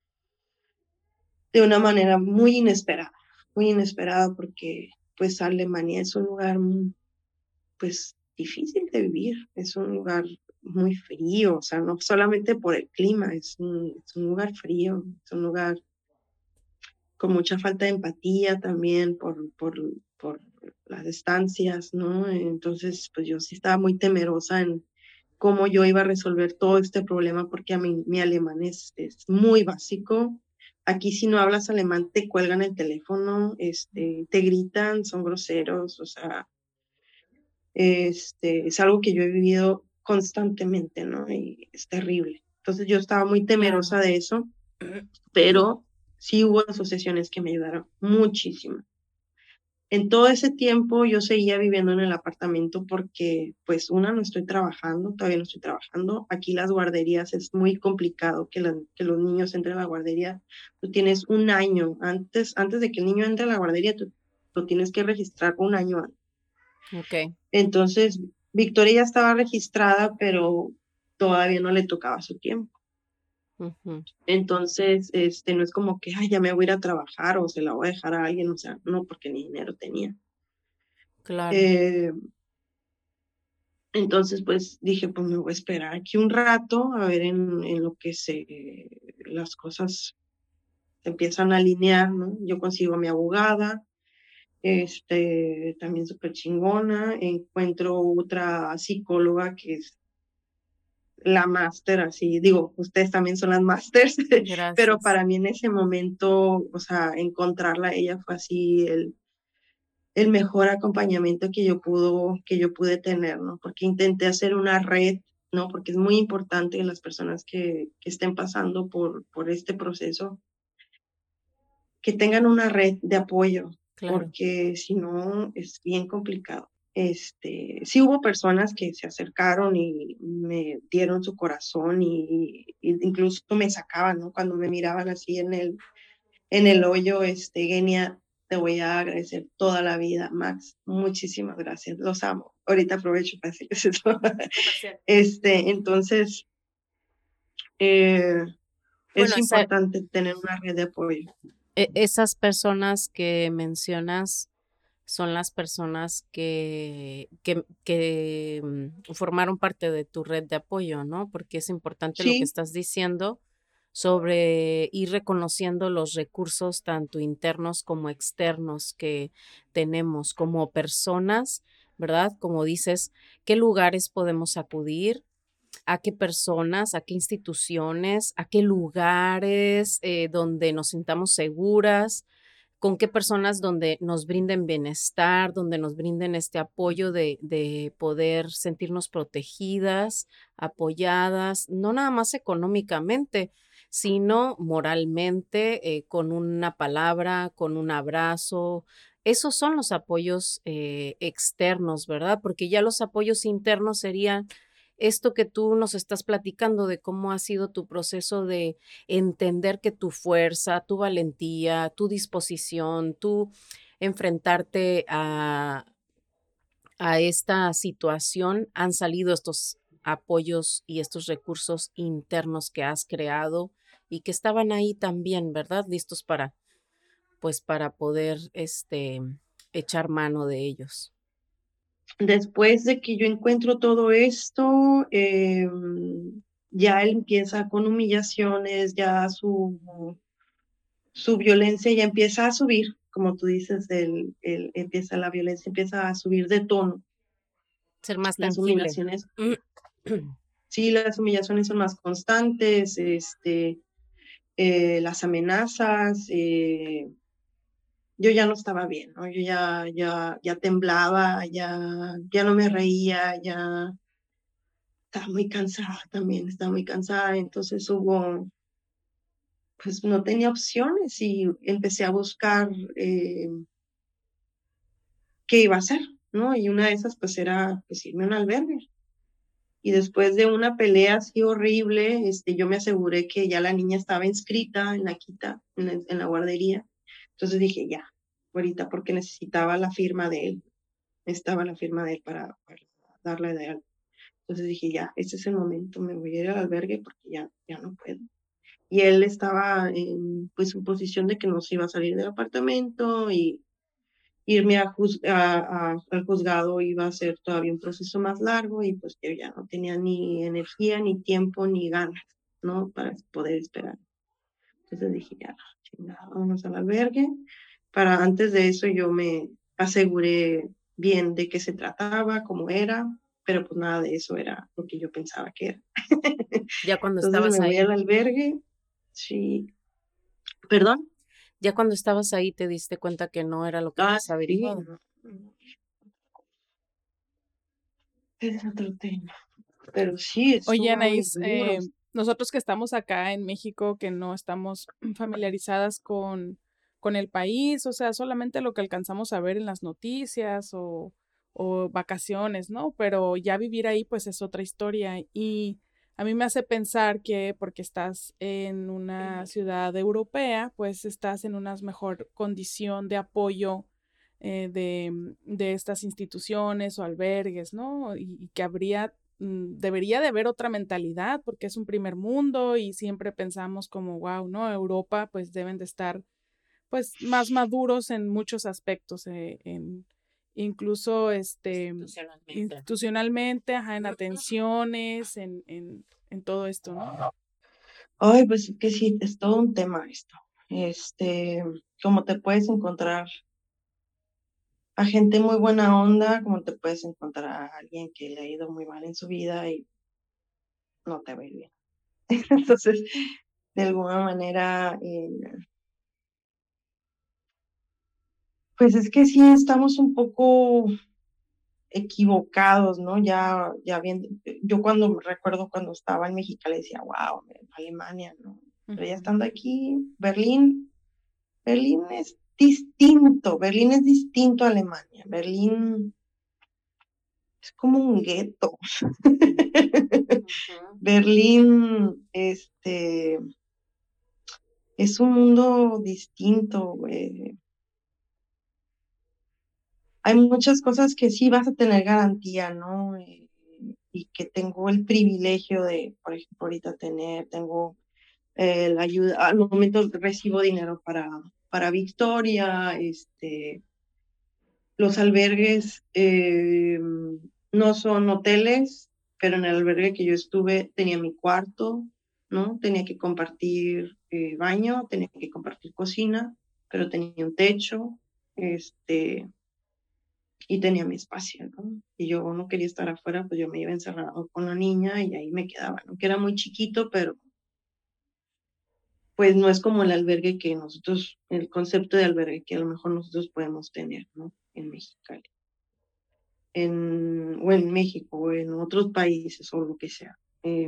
Speaker 4: de una manera muy inesperada, muy inesperada porque pues Alemania es un lugar mm, pues difícil de vivir, es un lugar muy frío, o sea, no solamente por el clima, es un, es un lugar frío, es un lugar con mucha falta de empatía también por, por, por las estancias, ¿no? Entonces, pues yo sí estaba muy temerosa en cómo yo iba a resolver todo este problema porque a mí mi alemán es, es muy básico. Aquí si no hablas alemán te cuelgan el teléfono, este, te gritan, son groseros, o sea, este, es algo que yo he vivido constantemente, ¿no? Y es terrible. Entonces yo estaba muy temerosa
Speaker 2: Claro.
Speaker 4: de eso, pero sí hubo asociaciones que me ayudaron muchísimo. En todo ese tiempo yo seguía viviendo en el apartamento porque, pues, una, no estoy trabajando, todavía no estoy trabajando. Aquí las guarderías es muy complicado que, la- que los niños entren a la guardería. Tú tienes un año antes, antes de que el niño entre a la guardería, tú lo tienes que registrar un año antes.
Speaker 2: Ok.
Speaker 4: Entonces, Victoria ya estaba registrada, pero todavía no le tocaba su tiempo.
Speaker 2: Ujú.
Speaker 4: Entonces, este, no es como que, ay, ya me voy a ir a trabajar o se la voy a dejar a alguien, o sea, no, porque ni dinero tenía.
Speaker 2: Claro.
Speaker 4: Eh, entonces, pues dije, pues me voy a esperar aquí un rato a ver en, en lo que se, las cosas se empiezan a alinear, ¿no? Yo consigo a mi abogada, este, también súper chingona, encuentro otra psicóloga que es la máster, así, digo, ustedes también son las másters, pero
Speaker 2: Gracias.
Speaker 4: para mí en ese momento, o sea, encontrarla, ella fue así el, el mejor acompañamiento que yo pudo, que yo pude tener, ¿no? Porque intenté hacer una red, ¿no? Porque es muy importante en las personas que, que estén pasando por, por este proceso, que tengan una red de apoyo,
Speaker 2: Claro.
Speaker 4: porque si no es bien complicado. Este, sí hubo personas que se acercaron y me dieron su corazón y, y incluso me sacaban, ¿no? Cuando me miraban así en el, en el hoyo, este, Genia, te voy a agradecer toda la vida, Max. Muchísimas gracias, los amo. Ahorita aprovecho para decirles eso. Este, entonces, eh,
Speaker 2: Bueno,
Speaker 4: es
Speaker 2: esa-
Speaker 4: importante tener una red de apoyo.
Speaker 2: e- esas personas que mencionas son las personas que, que, que mm, formaron parte de tu red de apoyo, ¿no? Porque es importante lo que
Speaker 4: Sí,
Speaker 2: estás diciendo sobre ir reconociendo los recursos tanto internos como externos que tenemos como personas, ¿verdad? Como dices, ¿qué lugares podemos acudir? ¿A qué personas, a qué instituciones, a qué lugares eh, donde nos sintamos seguras? ¿Con qué personas donde nos brinden bienestar, donde nos brinden este apoyo de, de poder sentirnos protegidas, apoyadas, no nada más económicamente, sino moralmente, eh, con una palabra, con un abrazo? Esos son los apoyos eh, externos, ¿verdad? Porque ya los apoyos internos serían esto que tú nos estás platicando de cómo ha sido tu proceso de entender que tu fuerza, tu valentía, tu disposición, tu enfrentarte a, a esta situación, han salido estos apoyos y estos recursos internos que has creado y que estaban ahí también, ¿verdad? Listos para, pues, para poder, este, echar mano de ellos.
Speaker 4: después de que yo encuentro todo esto, eh, ya él empieza con humillaciones, ya su, su violencia ya empieza a subir, como tú dices, el, el, empieza la violencia, empieza a subir de tono.
Speaker 3: Ser más
Speaker 4: Las
Speaker 3: tangible.
Speaker 4: humillaciones, sí, las humillaciones son más constantes, este, eh, las amenazas, eh, yo ya no estaba bien, ¿no? Yo ya, ya, ya temblaba, ya, ya no me reía, ya estaba muy cansada también, estaba muy cansada, entonces hubo, pues no tenía opciones y empecé a buscar eh, qué iba a hacer, ¿no? Y una de esas pues era pues irme a un albergue. Y después de una pelea así horrible, este, yo me aseguré que ya la niña estaba inscrita en la quita, en la, en la guardería. Entonces dije, ya, ahorita porque necesitaba la firma de él, necesitaba la firma de él para, para darle de alta. Entonces dije, ya, este es el momento, me voy a ir al albergue porque ya, ya no puedo. Y él estaba en, pues, en posición de que no se iba a salir del apartamento y irme a juz, a, a, al juzgado iba a ser todavía un proceso más largo y pues yo ya no tenía ni energía, ni tiempo, ni ganas, ¿no? Para poder esperar. Entonces dije, ya, chingada, vamos al albergue. Para antes de eso yo me aseguré bien de qué se trataba, cómo era, pero pues nada de eso era lo que yo pensaba que era.
Speaker 3: Ya cuando
Speaker 4: Entonces
Speaker 3: estabas
Speaker 4: me voy
Speaker 3: ahí,
Speaker 4: al albergue, sí, perdón.
Speaker 3: ya cuando estabas ahí te diste cuenta que no era lo que
Speaker 4: Ah,
Speaker 3: habías
Speaker 4: sí,
Speaker 3: averiguado.
Speaker 4: no, no, es otro tema. Pero sí,
Speaker 1: Oye,
Speaker 4: estuvo muy
Speaker 1: Anaís,
Speaker 4: duro.
Speaker 1: eh, nosotros que estamos acá en México, que no estamos familiarizadas con, con el país, o sea, solamente lo que alcanzamos a ver en las noticias o, o vacaciones, ¿no? Pero ya vivir ahí, pues es otra historia. Y a mí me hace pensar que porque estás en una ciudad europea, pues estás en una mejor condición de apoyo eh, de, de estas instituciones o albergues, ¿no? Y, y que habría mm, debería de haber otra mentalidad porque es un primer mundo y siempre pensamos como, wow, ¿no? Europa pues deben de estar pues más maduros en muchos aspectos, eh, en, incluso este,
Speaker 3: Institucionalmente.
Speaker 1: institucionalmente, ajá, en atenciones, en, en, en todo esto, ¿no?
Speaker 4: Ay, pues es que sí, es todo un tema esto. Este, como te puedes encontrar a gente muy buena onda, como te puedes encontrar a alguien que le ha ido muy mal en su vida y no te va a ir bien. Entonces, de alguna manera, eh, pues es que sí estamos un poco equivocados, ¿no? Ya, ya viendo, yo cuando recuerdo cuando estaba en México le decía, wow, Alemania, ¿no? Pero ya
Speaker 1: Ujú.
Speaker 4: estando aquí, Berlín, Berlín es distinto, Berlín es distinto a Alemania, Berlín es como un gueto. Berlín, este, es un mundo distinto, güey. Hay muchas cosas que sí vas a tener garantía, ¿no? Eh, y que tengo el privilegio de, por ejemplo, ahorita tener, tengo eh, la ayuda, al momento recibo dinero para, para Victoria, este, los albergues eh, no son hoteles, pero en el albergue que yo estuve tenía mi cuarto, ¿no? Tenía que compartir eh, baño, tenía que compartir cocina, pero tenía un techo, este, y tenía mi espacio, ¿no? Y yo no quería estar afuera, pues yo me iba encerrado con la niña y ahí me quedaba, ¿no? Que era muy chiquito, pero pues no es como el albergue que nosotros, el concepto de albergue que a lo mejor nosotros podemos tener, ¿no? En Mexicali. En, o en México, o en otros países, o lo que sea. Eh,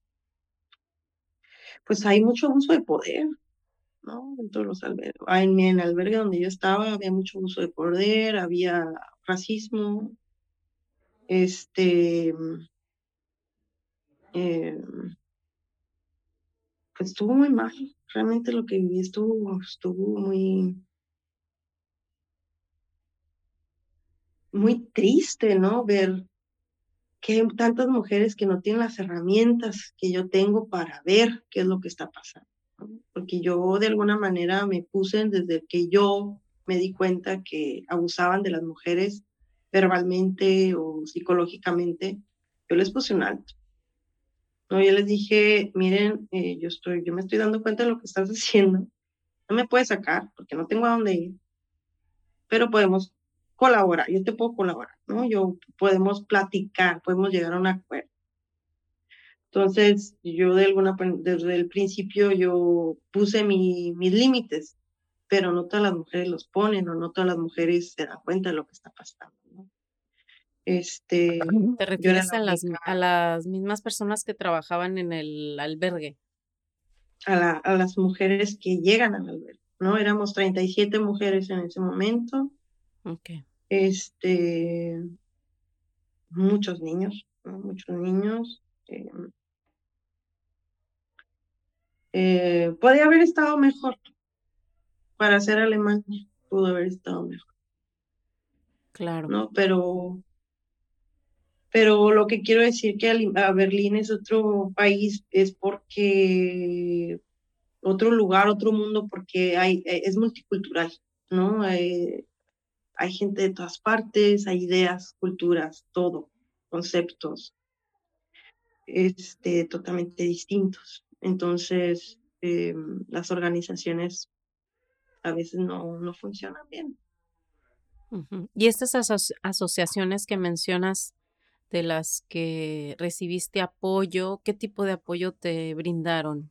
Speaker 4: pues hay mucho abuso de poder, ¿no? En todos los albergues. En el albergue donde yo estaba había mucho abuso de poder, había racismo, este, eh, pues estuvo muy mal. Realmente lo que viví estuvo, estuvo muy, muy triste, ¿no? Ver que hay tantas mujeres que no tienen las herramientas que yo tengo para ver qué es lo que está pasando, ¿no? Porque yo de alguna manera me puse desde que yo me di cuenta que abusaban de las mujeres verbalmente o psicológicamente, yo les puse un alto. No, yo les dije, miren, eh, yo estoy, yo me estoy dando cuenta de lo que estás haciendo. No me puedes sacar porque no tengo a dónde ir, pero podemos colaborar. Yo te puedo colaborar, ¿no? Yo podemos platicar, podemos llegar a un acuerdo. Entonces, yo de alguna, desde el principio yo puse mi, mis límites, pero no todas las mujeres los ponen o no todas las mujeres se dan cuenta de lo que está pasando, ¿no? Este,
Speaker 2: ¿Te
Speaker 4: yo era
Speaker 2: refieres
Speaker 4: la
Speaker 2: a las,
Speaker 4: única,
Speaker 2: a las mismas personas que trabajaban en el albergue?
Speaker 4: a, la, a las mujeres que llegan al albergue, ¿no? Éramos treinta y siete mujeres en ese momento,
Speaker 2: Ok.
Speaker 4: este, muchos niños, ¿no? Muchos niños. Eh, eh, podía haber estado mejor para ser Alemania, pudo haber estado mejor,
Speaker 2: Claro.
Speaker 4: ¿no? Pero, pero lo que quiero decir que Ali- a Berlín es otro país es porque otro lugar, otro mundo, porque hay, eh, es multicultural, ¿no? Hay, hay gente de todas partes, hay ideas, culturas, todo, conceptos, este, totalmente distintos. Entonces, eh, las organizaciones a veces no, no funcionan bien.
Speaker 2: Ujú. Y estas aso- asociaciones que mencionas de las que recibiste apoyo, ¿qué tipo de apoyo te brindaron?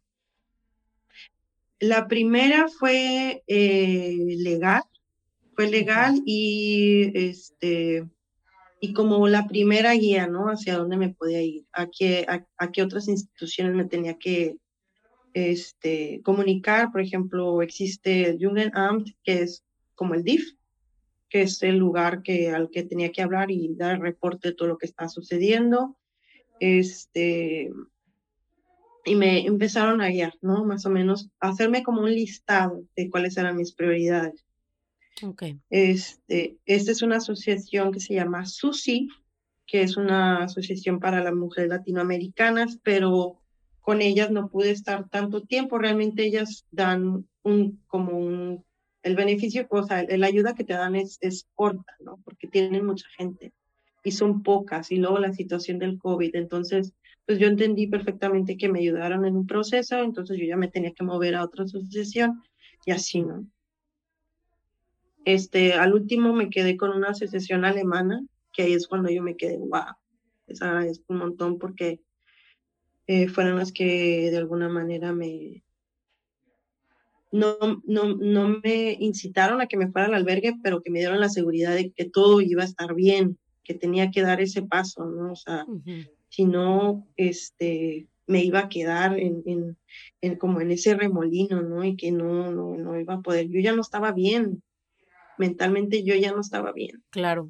Speaker 4: La primera fue eh, legal, fue
Speaker 2: Ujú.
Speaker 4: legal y este y como la primera guía, ¿no? Hacia dónde me podía ir, a qué, a, a qué otras instituciones me tenía que este, comunicar. Por ejemplo, existe el Jugendamt, que es como el D I F, que es el lugar que, al que tenía que hablar y dar reporte de todo lo que está sucediendo. Este, y me empezaron a guiar, ¿no? Más o menos, a hacerme como un listado de cuáles eran mis prioridades.
Speaker 2: Ok.
Speaker 4: Este, esta es una asociación que se llama SUSI, que es una asociación para las mujeres latinoamericanas, pero con ellas no pude estar tanto tiempo. Realmente ellas dan un, como un, el beneficio, o sea, la ayuda que te dan es, es corta, ¿no? Porque tienen mucha gente y son pocas, y luego la situación del COVID. Entonces, pues yo entendí perfectamente que me ayudaron en un proceso, entonces yo ya me tenía que mover a otra asociación y así,
Speaker 2: Ok.
Speaker 4: ¿no? Este, al último me quedé con una asociación alemana, que ahí es cuando yo me quedé, wow, les agradezco un montón porque eh, fueron las que de alguna manera me, no, no, no me incitaron a que me fuera al albergue, pero que me dieron la seguridad de que todo iba a estar bien, que tenía que dar ese paso, ¿no? O sea,
Speaker 2: Ujú.
Speaker 4: si no, este, me iba a quedar en, en, en como en ese remolino, ¿no? Y que no, no, no iba a poder. Yo ya no estaba bien, mentalmente yo ya no estaba bien.
Speaker 2: Claro.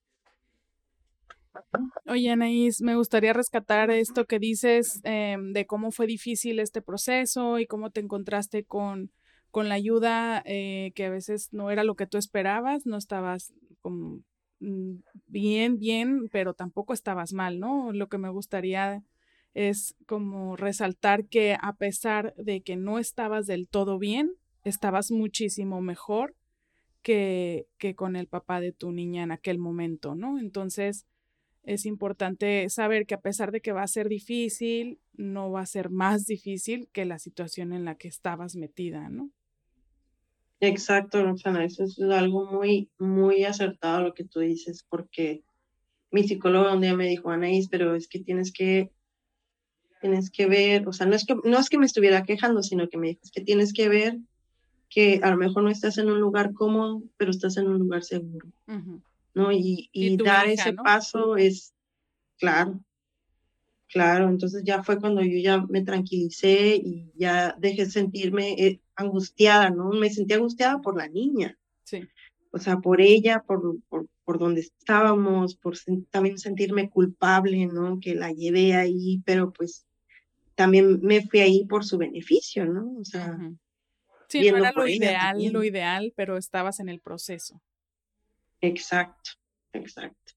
Speaker 1: Oye, Anaís, me gustaría rescatar esto que dices em, de cómo fue difícil este proceso y cómo te encontraste con, con la ayuda eh, que a veces no era lo que tú esperabas, no estabas como mm, bien, bien, pero tampoco estabas mal, ¿no? Lo que me gustaría es como resaltar que a pesar de que no estabas del todo bien, estabas muchísimo mejor que, que con el papá de tu niña en aquel momento, ¿no? Entonces es importante saber que a pesar de que va a ser difícil, no va a ser más difícil que la situación en la que estabas metida, ¿no?
Speaker 4: Exacto, Roxana, eso es algo muy, muy acertado lo que tú dices, porque mi psicólogo un día me dijo, Anaís, pero es que tienes que, tienes que ver, o sea, no es que, no es que me estuviera quejando, sino que me dijo, es que tienes que ver que a lo mejor no estás en un lugar cómodo, pero estás en un lugar seguro,
Speaker 1: Ujú.
Speaker 4: ¿no? Y,
Speaker 1: Y
Speaker 4: y
Speaker 1: tu
Speaker 4: dar
Speaker 1: hija,
Speaker 4: ese
Speaker 1: ¿no?
Speaker 4: paso es, claro, claro, entonces ya fue cuando yo ya me tranquilicé y ya dejé de sentirme eh, angustiada, ¿no? Me sentía angustiada por la niña,
Speaker 1: Sí.
Speaker 4: o sea, por ella, por, por, por donde estábamos, por sen- también sentirme culpable, ¿no? Que la llevé ahí, pero pues también me fui ahí por su beneficio, ¿no? O sea,
Speaker 1: Ujú. Sí, no era
Speaker 4: viendo
Speaker 1: lo
Speaker 4: por ella
Speaker 1: ideal, lo
Speaker 4: también.
Speaker 1: ideal, pero estabas en el proceso.
Speaker 4: Exacto, exacto.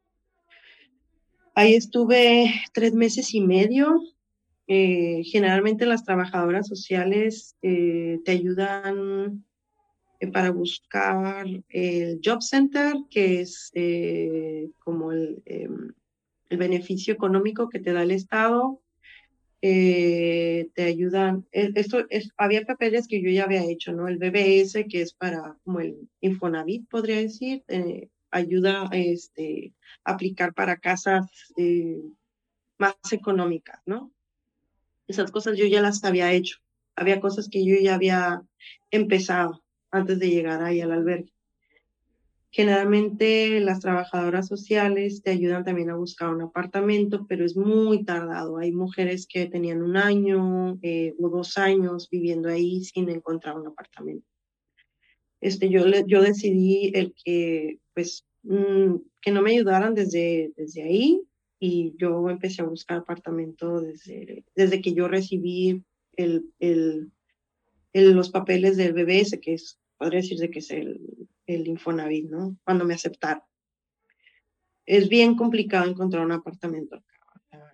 Speaker 4: Ahí estuve tres meses y medio. Eh, generalmente las trabajadoras sociales eh, te ayudan eh, para buscar el Job Center, que es eh, como el, em, el beneficio económico que te da el Estado. eh, te ayudan. e- Esto es, había papeles que yo ya había hecho, ¿no? El B B S, que es para como el Infonavit, podría decir, eh, ayuda este, a aplicar para casas eh, más económicas, ¿no? Esas cosas yo ya las había hecho. Había cosas que yo ya había empezado antes de llegar ahí al albergue. Generalmente las trabajadoras sociales te ayudan también a buscar un apartamento, pero es muy tardado. Hay mujeres que tenían un año eh, o dos años viviendo ahí sin encontrar un apartamento. Este, yo, le- yo decidí el que, pues, mm, que no me ayudaran desde, desde ahí y yo empecé a buscar apartamento desde, desde que yo recibí el, el, el- los papeles del B B S, que es, podría decirse que es el, el Infonavit, ¿no? Cuando me aceptaron. Es bien complicado encontrar un apartamento acá.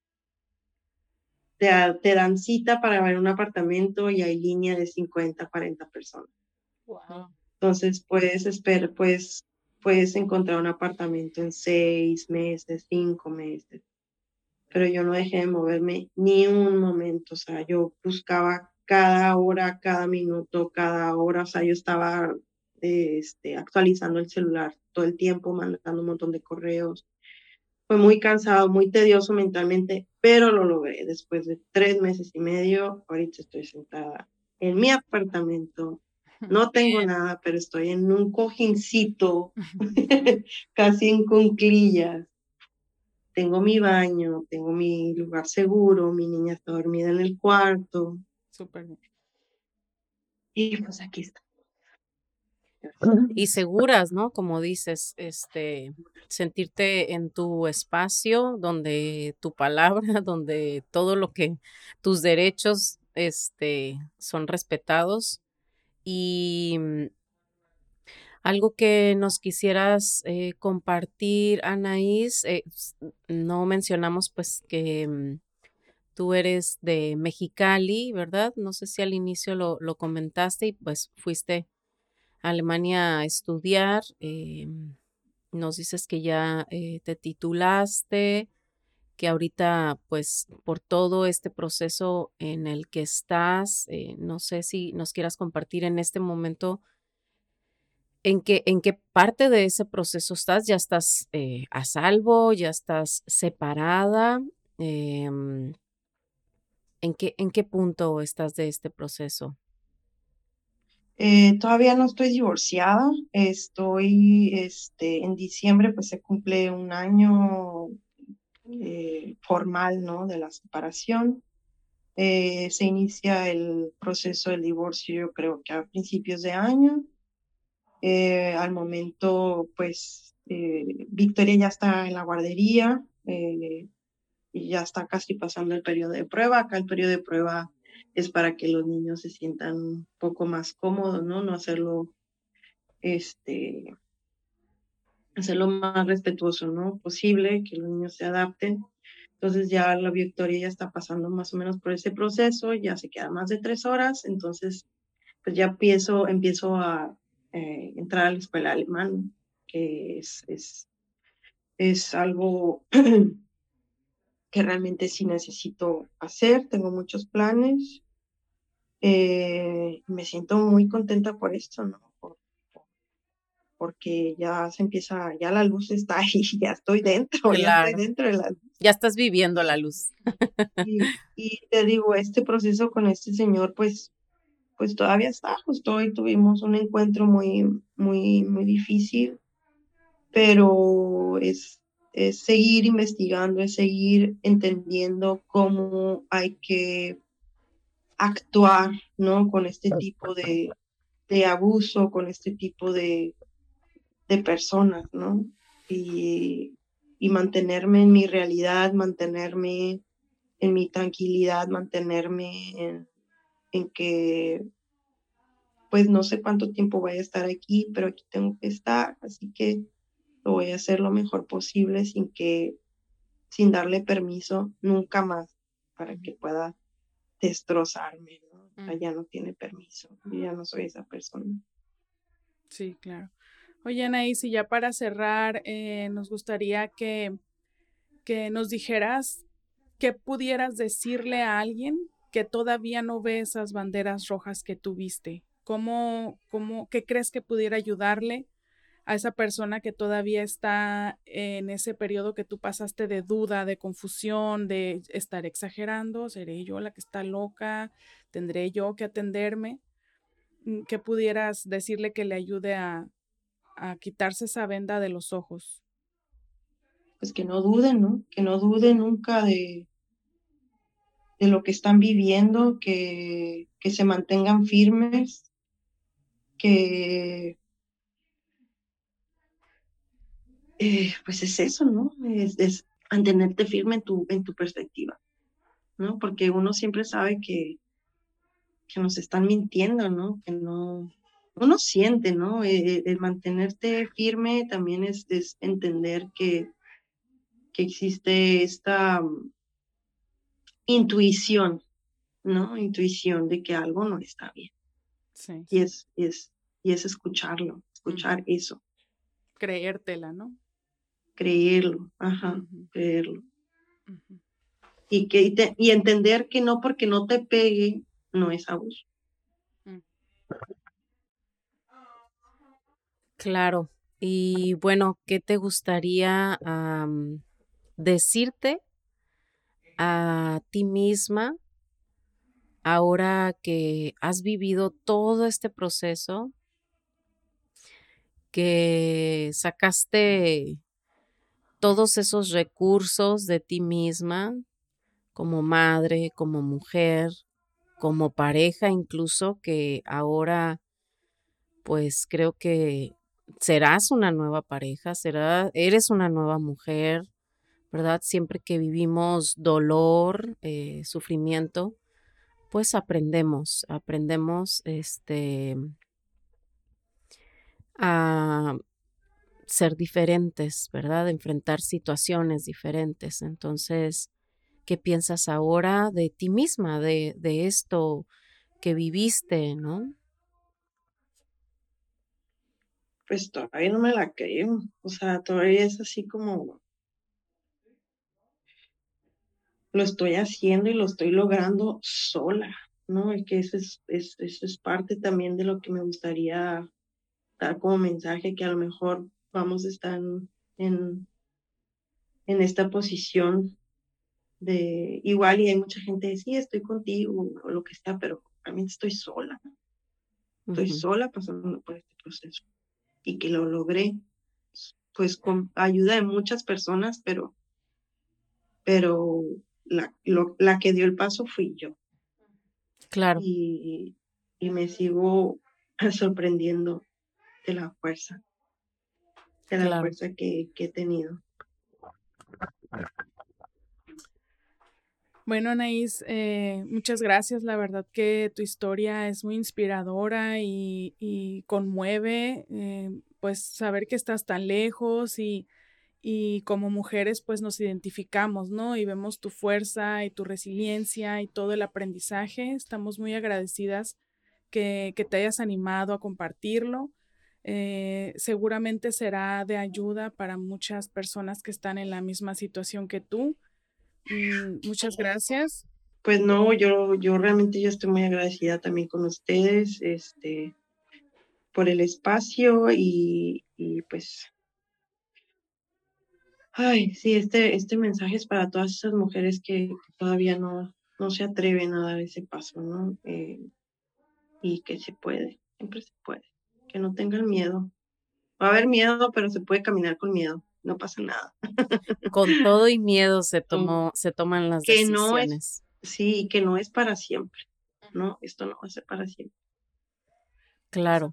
Speaker 4: Te, te dan cita para ver un apartamento y hay línea de cincuenta, cuarenta personas.
Speaker 2: Wow.
Speaker 4: Entonces puedes esperar, pues, puedes encontrar un apartamento en seis meses, cinco meses. Pero yo no dejé de moverme ni un momento. O sea, yo buscaba cada hora, cada minuto, cada hora. O sea, yo estaba eh, este, actualizando el celular todo el tiempo, mandando un montón de correos. Fue muy cansado, muy tedioso mentalmente, pero lo logré. Después de tres meses y medio, ahorita estoy sentada en mi apartamento. No tengo
Speaker 2: Bien.
Speaker 4: nada, pero estoy en un cojincito, casi en cuclillas. Tengo mi baño, tengo mi lugar seguro, mi niña está dormida en el cuarto.
Speaker 1: Súper bien.
Speaker 4: Y pues aquí está.
Speaker 2: Y seguras, ¿no? Como dices, este, sentirte en tu espacio donde tu palabra, donde todo lo que tus derechos, este, son respetados. Y mm, algo que nos quisieras eh, compartir, Anaís, eh, s- no mencionamos pues que mm, tú eres de Mexicali, ¿verdad? No sé si al inicio lo, lo comentaste y pues fuiste a Alemania a estudiar. Eh, nos dices que ya eh, te titulaste, que ahorita pues por todo este proceso en el que estás, eh, no sé si nos quieras compartir en este momento en qué, en qué parte de ese proceso estás. ¿Ya estás eh, a salvo? ¿Ya estás separada? Em, ¿en qué, en qué punto estás de este proceso?
Speaker 4: Eh, todavía no estoy divorciada. Estoy, este, en diciembre pues se cumple un año eh, formal, ¿no? De la separación. Eh, se inicia el proceso del divorcio, yo creo que a principios de año. Eh, al momento, pues, eh, Victoria ya está en la guardería eh, y ya está casi pasando el periodo de prueba. Acá el periodo de prueba es para que los niños se sientan un poco más cómodos, ¿no? No hacerlo, este, hacerlo más respetuoso, ¿no? Posible, que los niños se adapten. Entonces ya la Victoria ya está pasando más o menos por ese proceso, ya se queda más de tres horas, entonces pues ya empiezo, empiezo a eh, entrar a la escuela alemán, que es, es, es algo que realmente sí necesito hacer, tengo muchos planes, eh, me siento muy contenta por esto, ¿no? Por, porque ya se empieza, ya la luz está ahí, ya estoy dentro, ya estoy
Speaker 2: Claro,
Speaker 4: dentro de la luz.
Speaker 2: ya estás viviendo la luz.
Speaker 4: Y, y te digo, este proceso con este señor, pues, pues todavía está, justo hoy tuvimos un encuentro muy, muy, muy difícil, pero es, es seguir investigando, es seguir entendiendo cómo hay que actuar, ¿no? Con este tipo de, de abuso, con este tipo de, de personas, ¿no? Y, y mantenerme en mi realidad, mantenerme en mi tranquilidad, mantenerme en, en que pues no sé cuánto tiempo voy a estar aquí, pero aquí tengo que estar, así que lo voy a hacer lo mejor posible sin que, sin darle permiso nunca más para que pueda destrozarme, ¿no? O sea, ya no tiene permiso, yo ya no soy esa persona.
Speaker 1: Sí, claro. Oye, Anaís, y ya para cerrar, eh, nos gustaría que, que nos dijeras ¿qué pudieras decirle a alguien que todavía no ve esas banderas rojas que tú viste? ¿Cómo, cómo, qué crees que pudiera ayudarle a esa persona que todavía está en ese periodo que tú pasaste de duda, de confusión, de estar exagerando? ¿Seré yo la que está loca? ¿Tendré yo que atenderme? ¿Qué pudieras decirle que le ayude a, a quitarse esa venda de los ojos?
Speaker 4: Pues que no duden, ¿no? Que no duden nunca de, de lo que están viviendo, que, que se mantengan firmes, que eh, pues es eso, ¿no? Es, es mantenerte firme en tu, en tu perspectiva, ¿no? Porque uno siempre sabe que, que nos están mintiendo, ¿no? Que no, uno siente, ¿no? Eh, el mantenerte firme también es, es entender que, que existe esta um, intuición, ¿no? Intuición de que algo no está bien.
Speaker 1: Sí.
Speaker 4: Y es, es, y es escucharlo, escuchar
Speaker 1: uh-huh.
Speaker 4: eso.
Speaker 1: Creértela, ¿no?
Speaker 4: Creerlo, ajá,
Speaker 1: uh-huh.
Speaker 4: creerlo.
Speaker 1: Uh-huh.
Speaker 4: Y, que, y, te, y entender que no porque no te pegue, no es abuso.
Speaker 1: Uh-huh.
Speaker 2: Claro. Y bueno, ¿qué te gustaría um, decirte a ti misma ahora que has vivido todo este proceso, que sacaste todos esos recursos de ti misma como madre, como mujer, como pareja incluso, que ahora pues creo que serás una nueva pareja, será, eres una nueva mujer, ¿verdad? Siempre que vivimos dolor, eh, sufrimiento, pues aprendemos, aprendemos este a ser diferentes, ¿verdad? Enfrentar situaciones diferentes. Entonces, ¿qué piensas ahora de ti misma, de, de esto que viviste, ¿no?
Speaker 4: Pues todavía no me la creo. O sea, todavía es así como lo estoy haciendo y lo estoy logrando sola, ¿no? Y que eso es, es, eso es parte también de lo que me gustaría dar como mensaje, que a lo mejor vamos a estar en, en esta posición de igual y hay mucha gente de sí, estoy contigo o lo que sea, pero realmente estoy sola, estoy
Speaker 2: Uh-huh.
Speaker 4: sola pasando por este proceso y que lo logré, pues con ayuda de muchas personas, pero, pero la, lo, la que dio el paso fui yo.
Speaker 2: Claro.
Speaker 4: Y, y me sigo sorprendiendo de la fuerza, de la
Speaker 2: Claro.
Speaker 4: fuerza que, que he tenido.
Speaker 1: Bueno, Anaís, eh, muchas gracias. La verdad que tu historia es muy inspiradora y, y conmueve, eh, pues saber que estás tan lejos y, y como mujeres pues nos identificamos, ¿no? Y vemos tu fuerza y tu resiliencia y todo el aprendizaje. Estamos muy agradecidas que, que te hayas animado a compartirlo. Eh, seguramente será de ayuda para muchas personas que están en la misma situación que tú. Mm, muchas gracias.
Speaker 4: Pues no, yo, yo realmente yo estoy muy agradecida también con ustedes, este, por el espacio y, y pues, ay, sí, este, este mensaje es para todas esas mujeres que todavía no, no se atreven a dar ese paso, ¿no? Eh, y que se puede, siempre se puede, que no tengan miedo. Va a haber miedo, pero se puede caminar con miedo, no pasa nada.
Speaker 2: Con todo y miedo se
Speaker 4: Mm,
Speaker 2: tomó, se toman las
Speaker 4: que no es,
Speaker 2: decisiones.
Speaker 4: sí, que no es para siempre, ¿no? Esto no va a ser para siempre.
Speaker 2: Claro.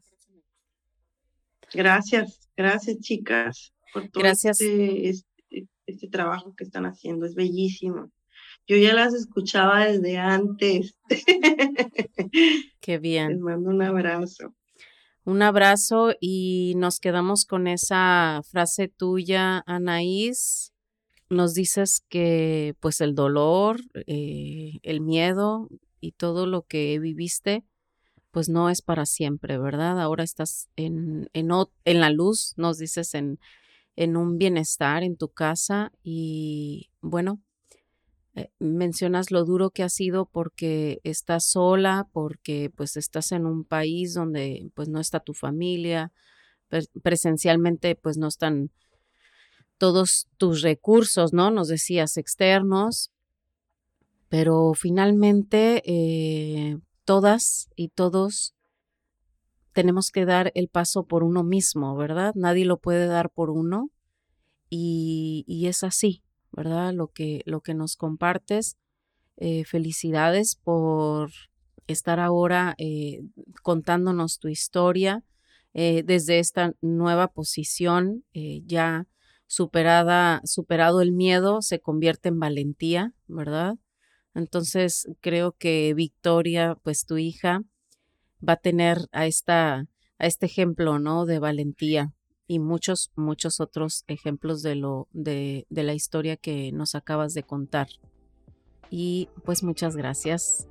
Speaker 4: Gracias, gracias chicas por todo
Speaker 2: Gracias.
Speaker 4: este, este, este trabajo que están haciendo, es bellísimo. Yo ya las escuchaba desde antes.
Speaker 2: Qué bien.
Speaker 4: Les mando un abrazo.
Speaker 2: Un abrazo y nos quedamos con esa frase tuya, Anaís. Nos dices que pues el dolor, eh, el miedo y todo lo que viviste, pues no es para siempre, ¿verdad? Ahora estás en, en, en la luz, nos dices en, en un bienestar en tu casa y bueno, Eh, mencionas lo duro que ha sido porque estás sola, porque pues estás en un país donde pues no está tu familia, pre- presencialmente pues no están todos tus recursos, ¿no? Nos decías externos, pero finalmente eh, todas y todos tenemos que dar el paso por uno mismo, ¿verdad? Nadie lo puede dar por uno y, y es así, ¿verdad? Lo que, lo que nos compartes. Eh, felicidades por estar ahora eh, contándonos tu historia eh, desde esta nueva posición, eh, ya superada, superado el miedo, se convierte en valentía, ¿verdad? Entonces creo que Victoria, pues tu hija, va a tener a esta, a este ejemplo, ¿no? De valentía y muchos, muchos otros ejemplos de lo, de, de la historia que nos acabas de contar. Y pues muchas gracias.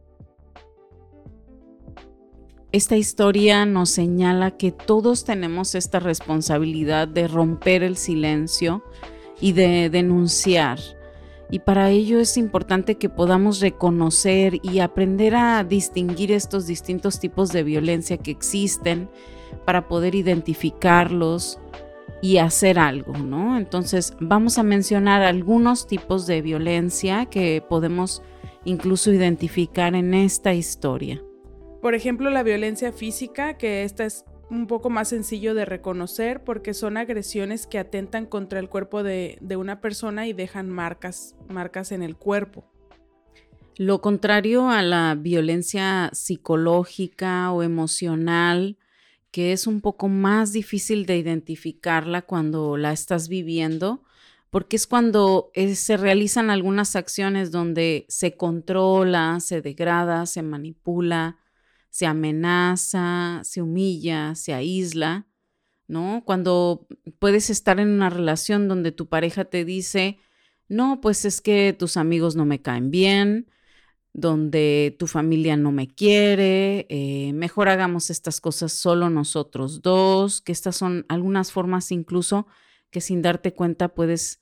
Speaker 2: Esta historia nos señala que todos tenemos esta responsabilidad de romper el silencio y de denunciar. Y para ello es importante que podamos reconocer y aprender a distinguir estos distintos tipos de violencia que existen para poder identificarlos y hacer algo, ¿no? Entonces vamos a mencionar algunos tipos de violencia que podemos incluso identificar en esta historia.
Speaker 1: Por ejemplo, la violencia física, que esta es un poco más sencillo de reconocer porque son agresiones que atentan contra el cuerpo de, de una persona y dejan marcas, marcas en el cuerpo.
Speaker 2: Lo contrario a la violencia psicológica o emocional, que es un poco más difícil de identificarla cuando la estás viviendo, porque es cuando eh, se realizan algunas acciones donde se controla, se degrada, se manipula, se amenaza, se humilla, se aísla, ¿no? Cuando puedes estar en una relación donde tu pareja te dice, no, pues es que tus amigos no me caen bien, donde tu familia no me quiere, eh, mejor hagamos estas cosas solo nosotros dos, que estas son algunas formas incluso que sin darte cuenta puedes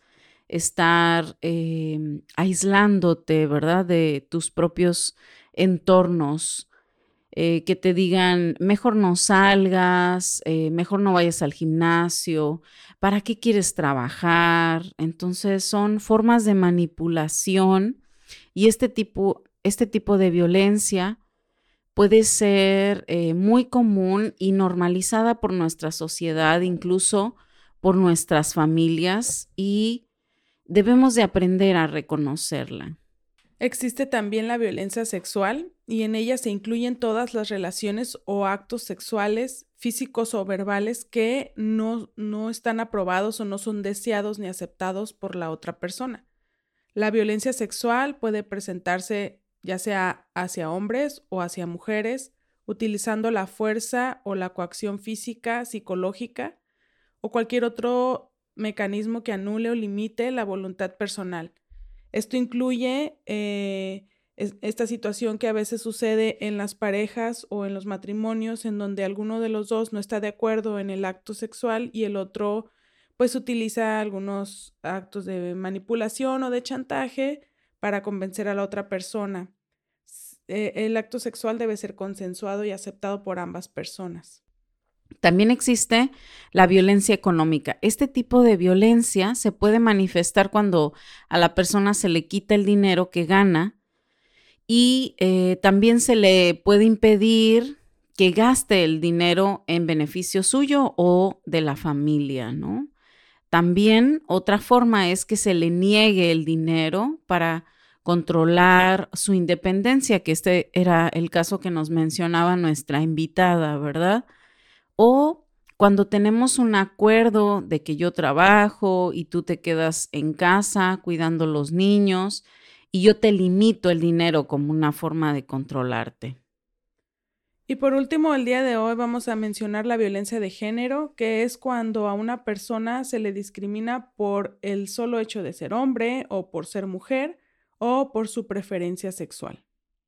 Speaker 2: estar eh, aislándote, ¿verdad? De tus propios entornos, eh, que te digan, mejor no salgas, eh, mejor no vayas al gimnasio, ¿para qué quieres trabajar? Entonces son formas de manipulación y este tipo Este tipo de violencia puede ser eh, muy común y normalizada por nuestra sociedad, incluso por nuestras familias, y debemos de aprender a reconocerla.
Speaker 1: Existe también la violencia sexual y en ella se incluyen todas las relaciones o actos sexuales, físicos o verbales que no, no están aprobados o no son deseados ni aceptados por la otra persona. La violencia sexual puede presentarse ya sea hacia hombres o hacia mujeres, utilizando la fuerza o la coacción física, psicológica o cualquier otro mecanismo que anule o limite la voluntad personal. Esto incluye eh, es, esta situación que a veces sucede en las parejas o en los matrimonios en donde alguno de los dos no está de acuerdo en el acto sexual y el otro pues utiliza algunos actos de manipulación o de chantaje para convencer a la otra persona. Eh, el acto sexual debe ser consensuado y aceptado por ambas personas.
Speaker 2: También existe la violencia económica. Este tipo de violencia se puede manifestar cuando a la persona se le quita el dinero que gana y eh, también se le puede impedir que gaste el dinero en beneficio suyo o de la familia, ¿no? También otra forma es que se le niegue el dinero para controlar su independencia, que este era el caso que nos mencionaba nuestra invitada, ¿verdad? O cuando tenemos un acuerdo de que yo trabajo y tú te quedas en casa cuidando los niños y yo te limito el dinero como una forma de controlarte.
Speaker 1: Y por último, el día de hoy vamos a mencionar la violencia de género, que es cuando a una persona se le discrimina por el solo hecho de ser hombre o por ser mujer o por su preferencia sexual.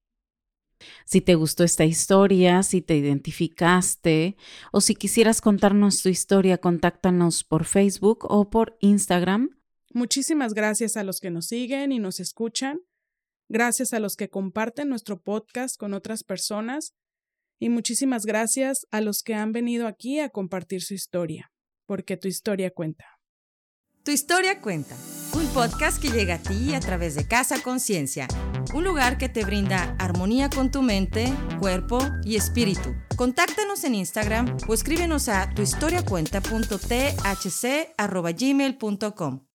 Speaker 2: Si te gustó esta historia, si te identificaste o si quisieras contarnos tu historia, contáctanos por Facebook o por Instagram.
Speaker 1: Muchísimas gracias a los que nos siguen y nos escuchan. Gracias a los que comparten nuestro podcast con otras personas. Y muchísimas gracias a los que han venido aquí a compartir su historia, porque tu historia cuenta.
Speaker 3: Tu historia cuenta, un podcast que llega a ti a través de Casa Conciencia, un lugar que te brinda armonía con tu mente, cuerpo y espíritu. Contáctanos en Instagram o escríbenos a tuhistoriacuenta punto t h c arroba gmail punto com.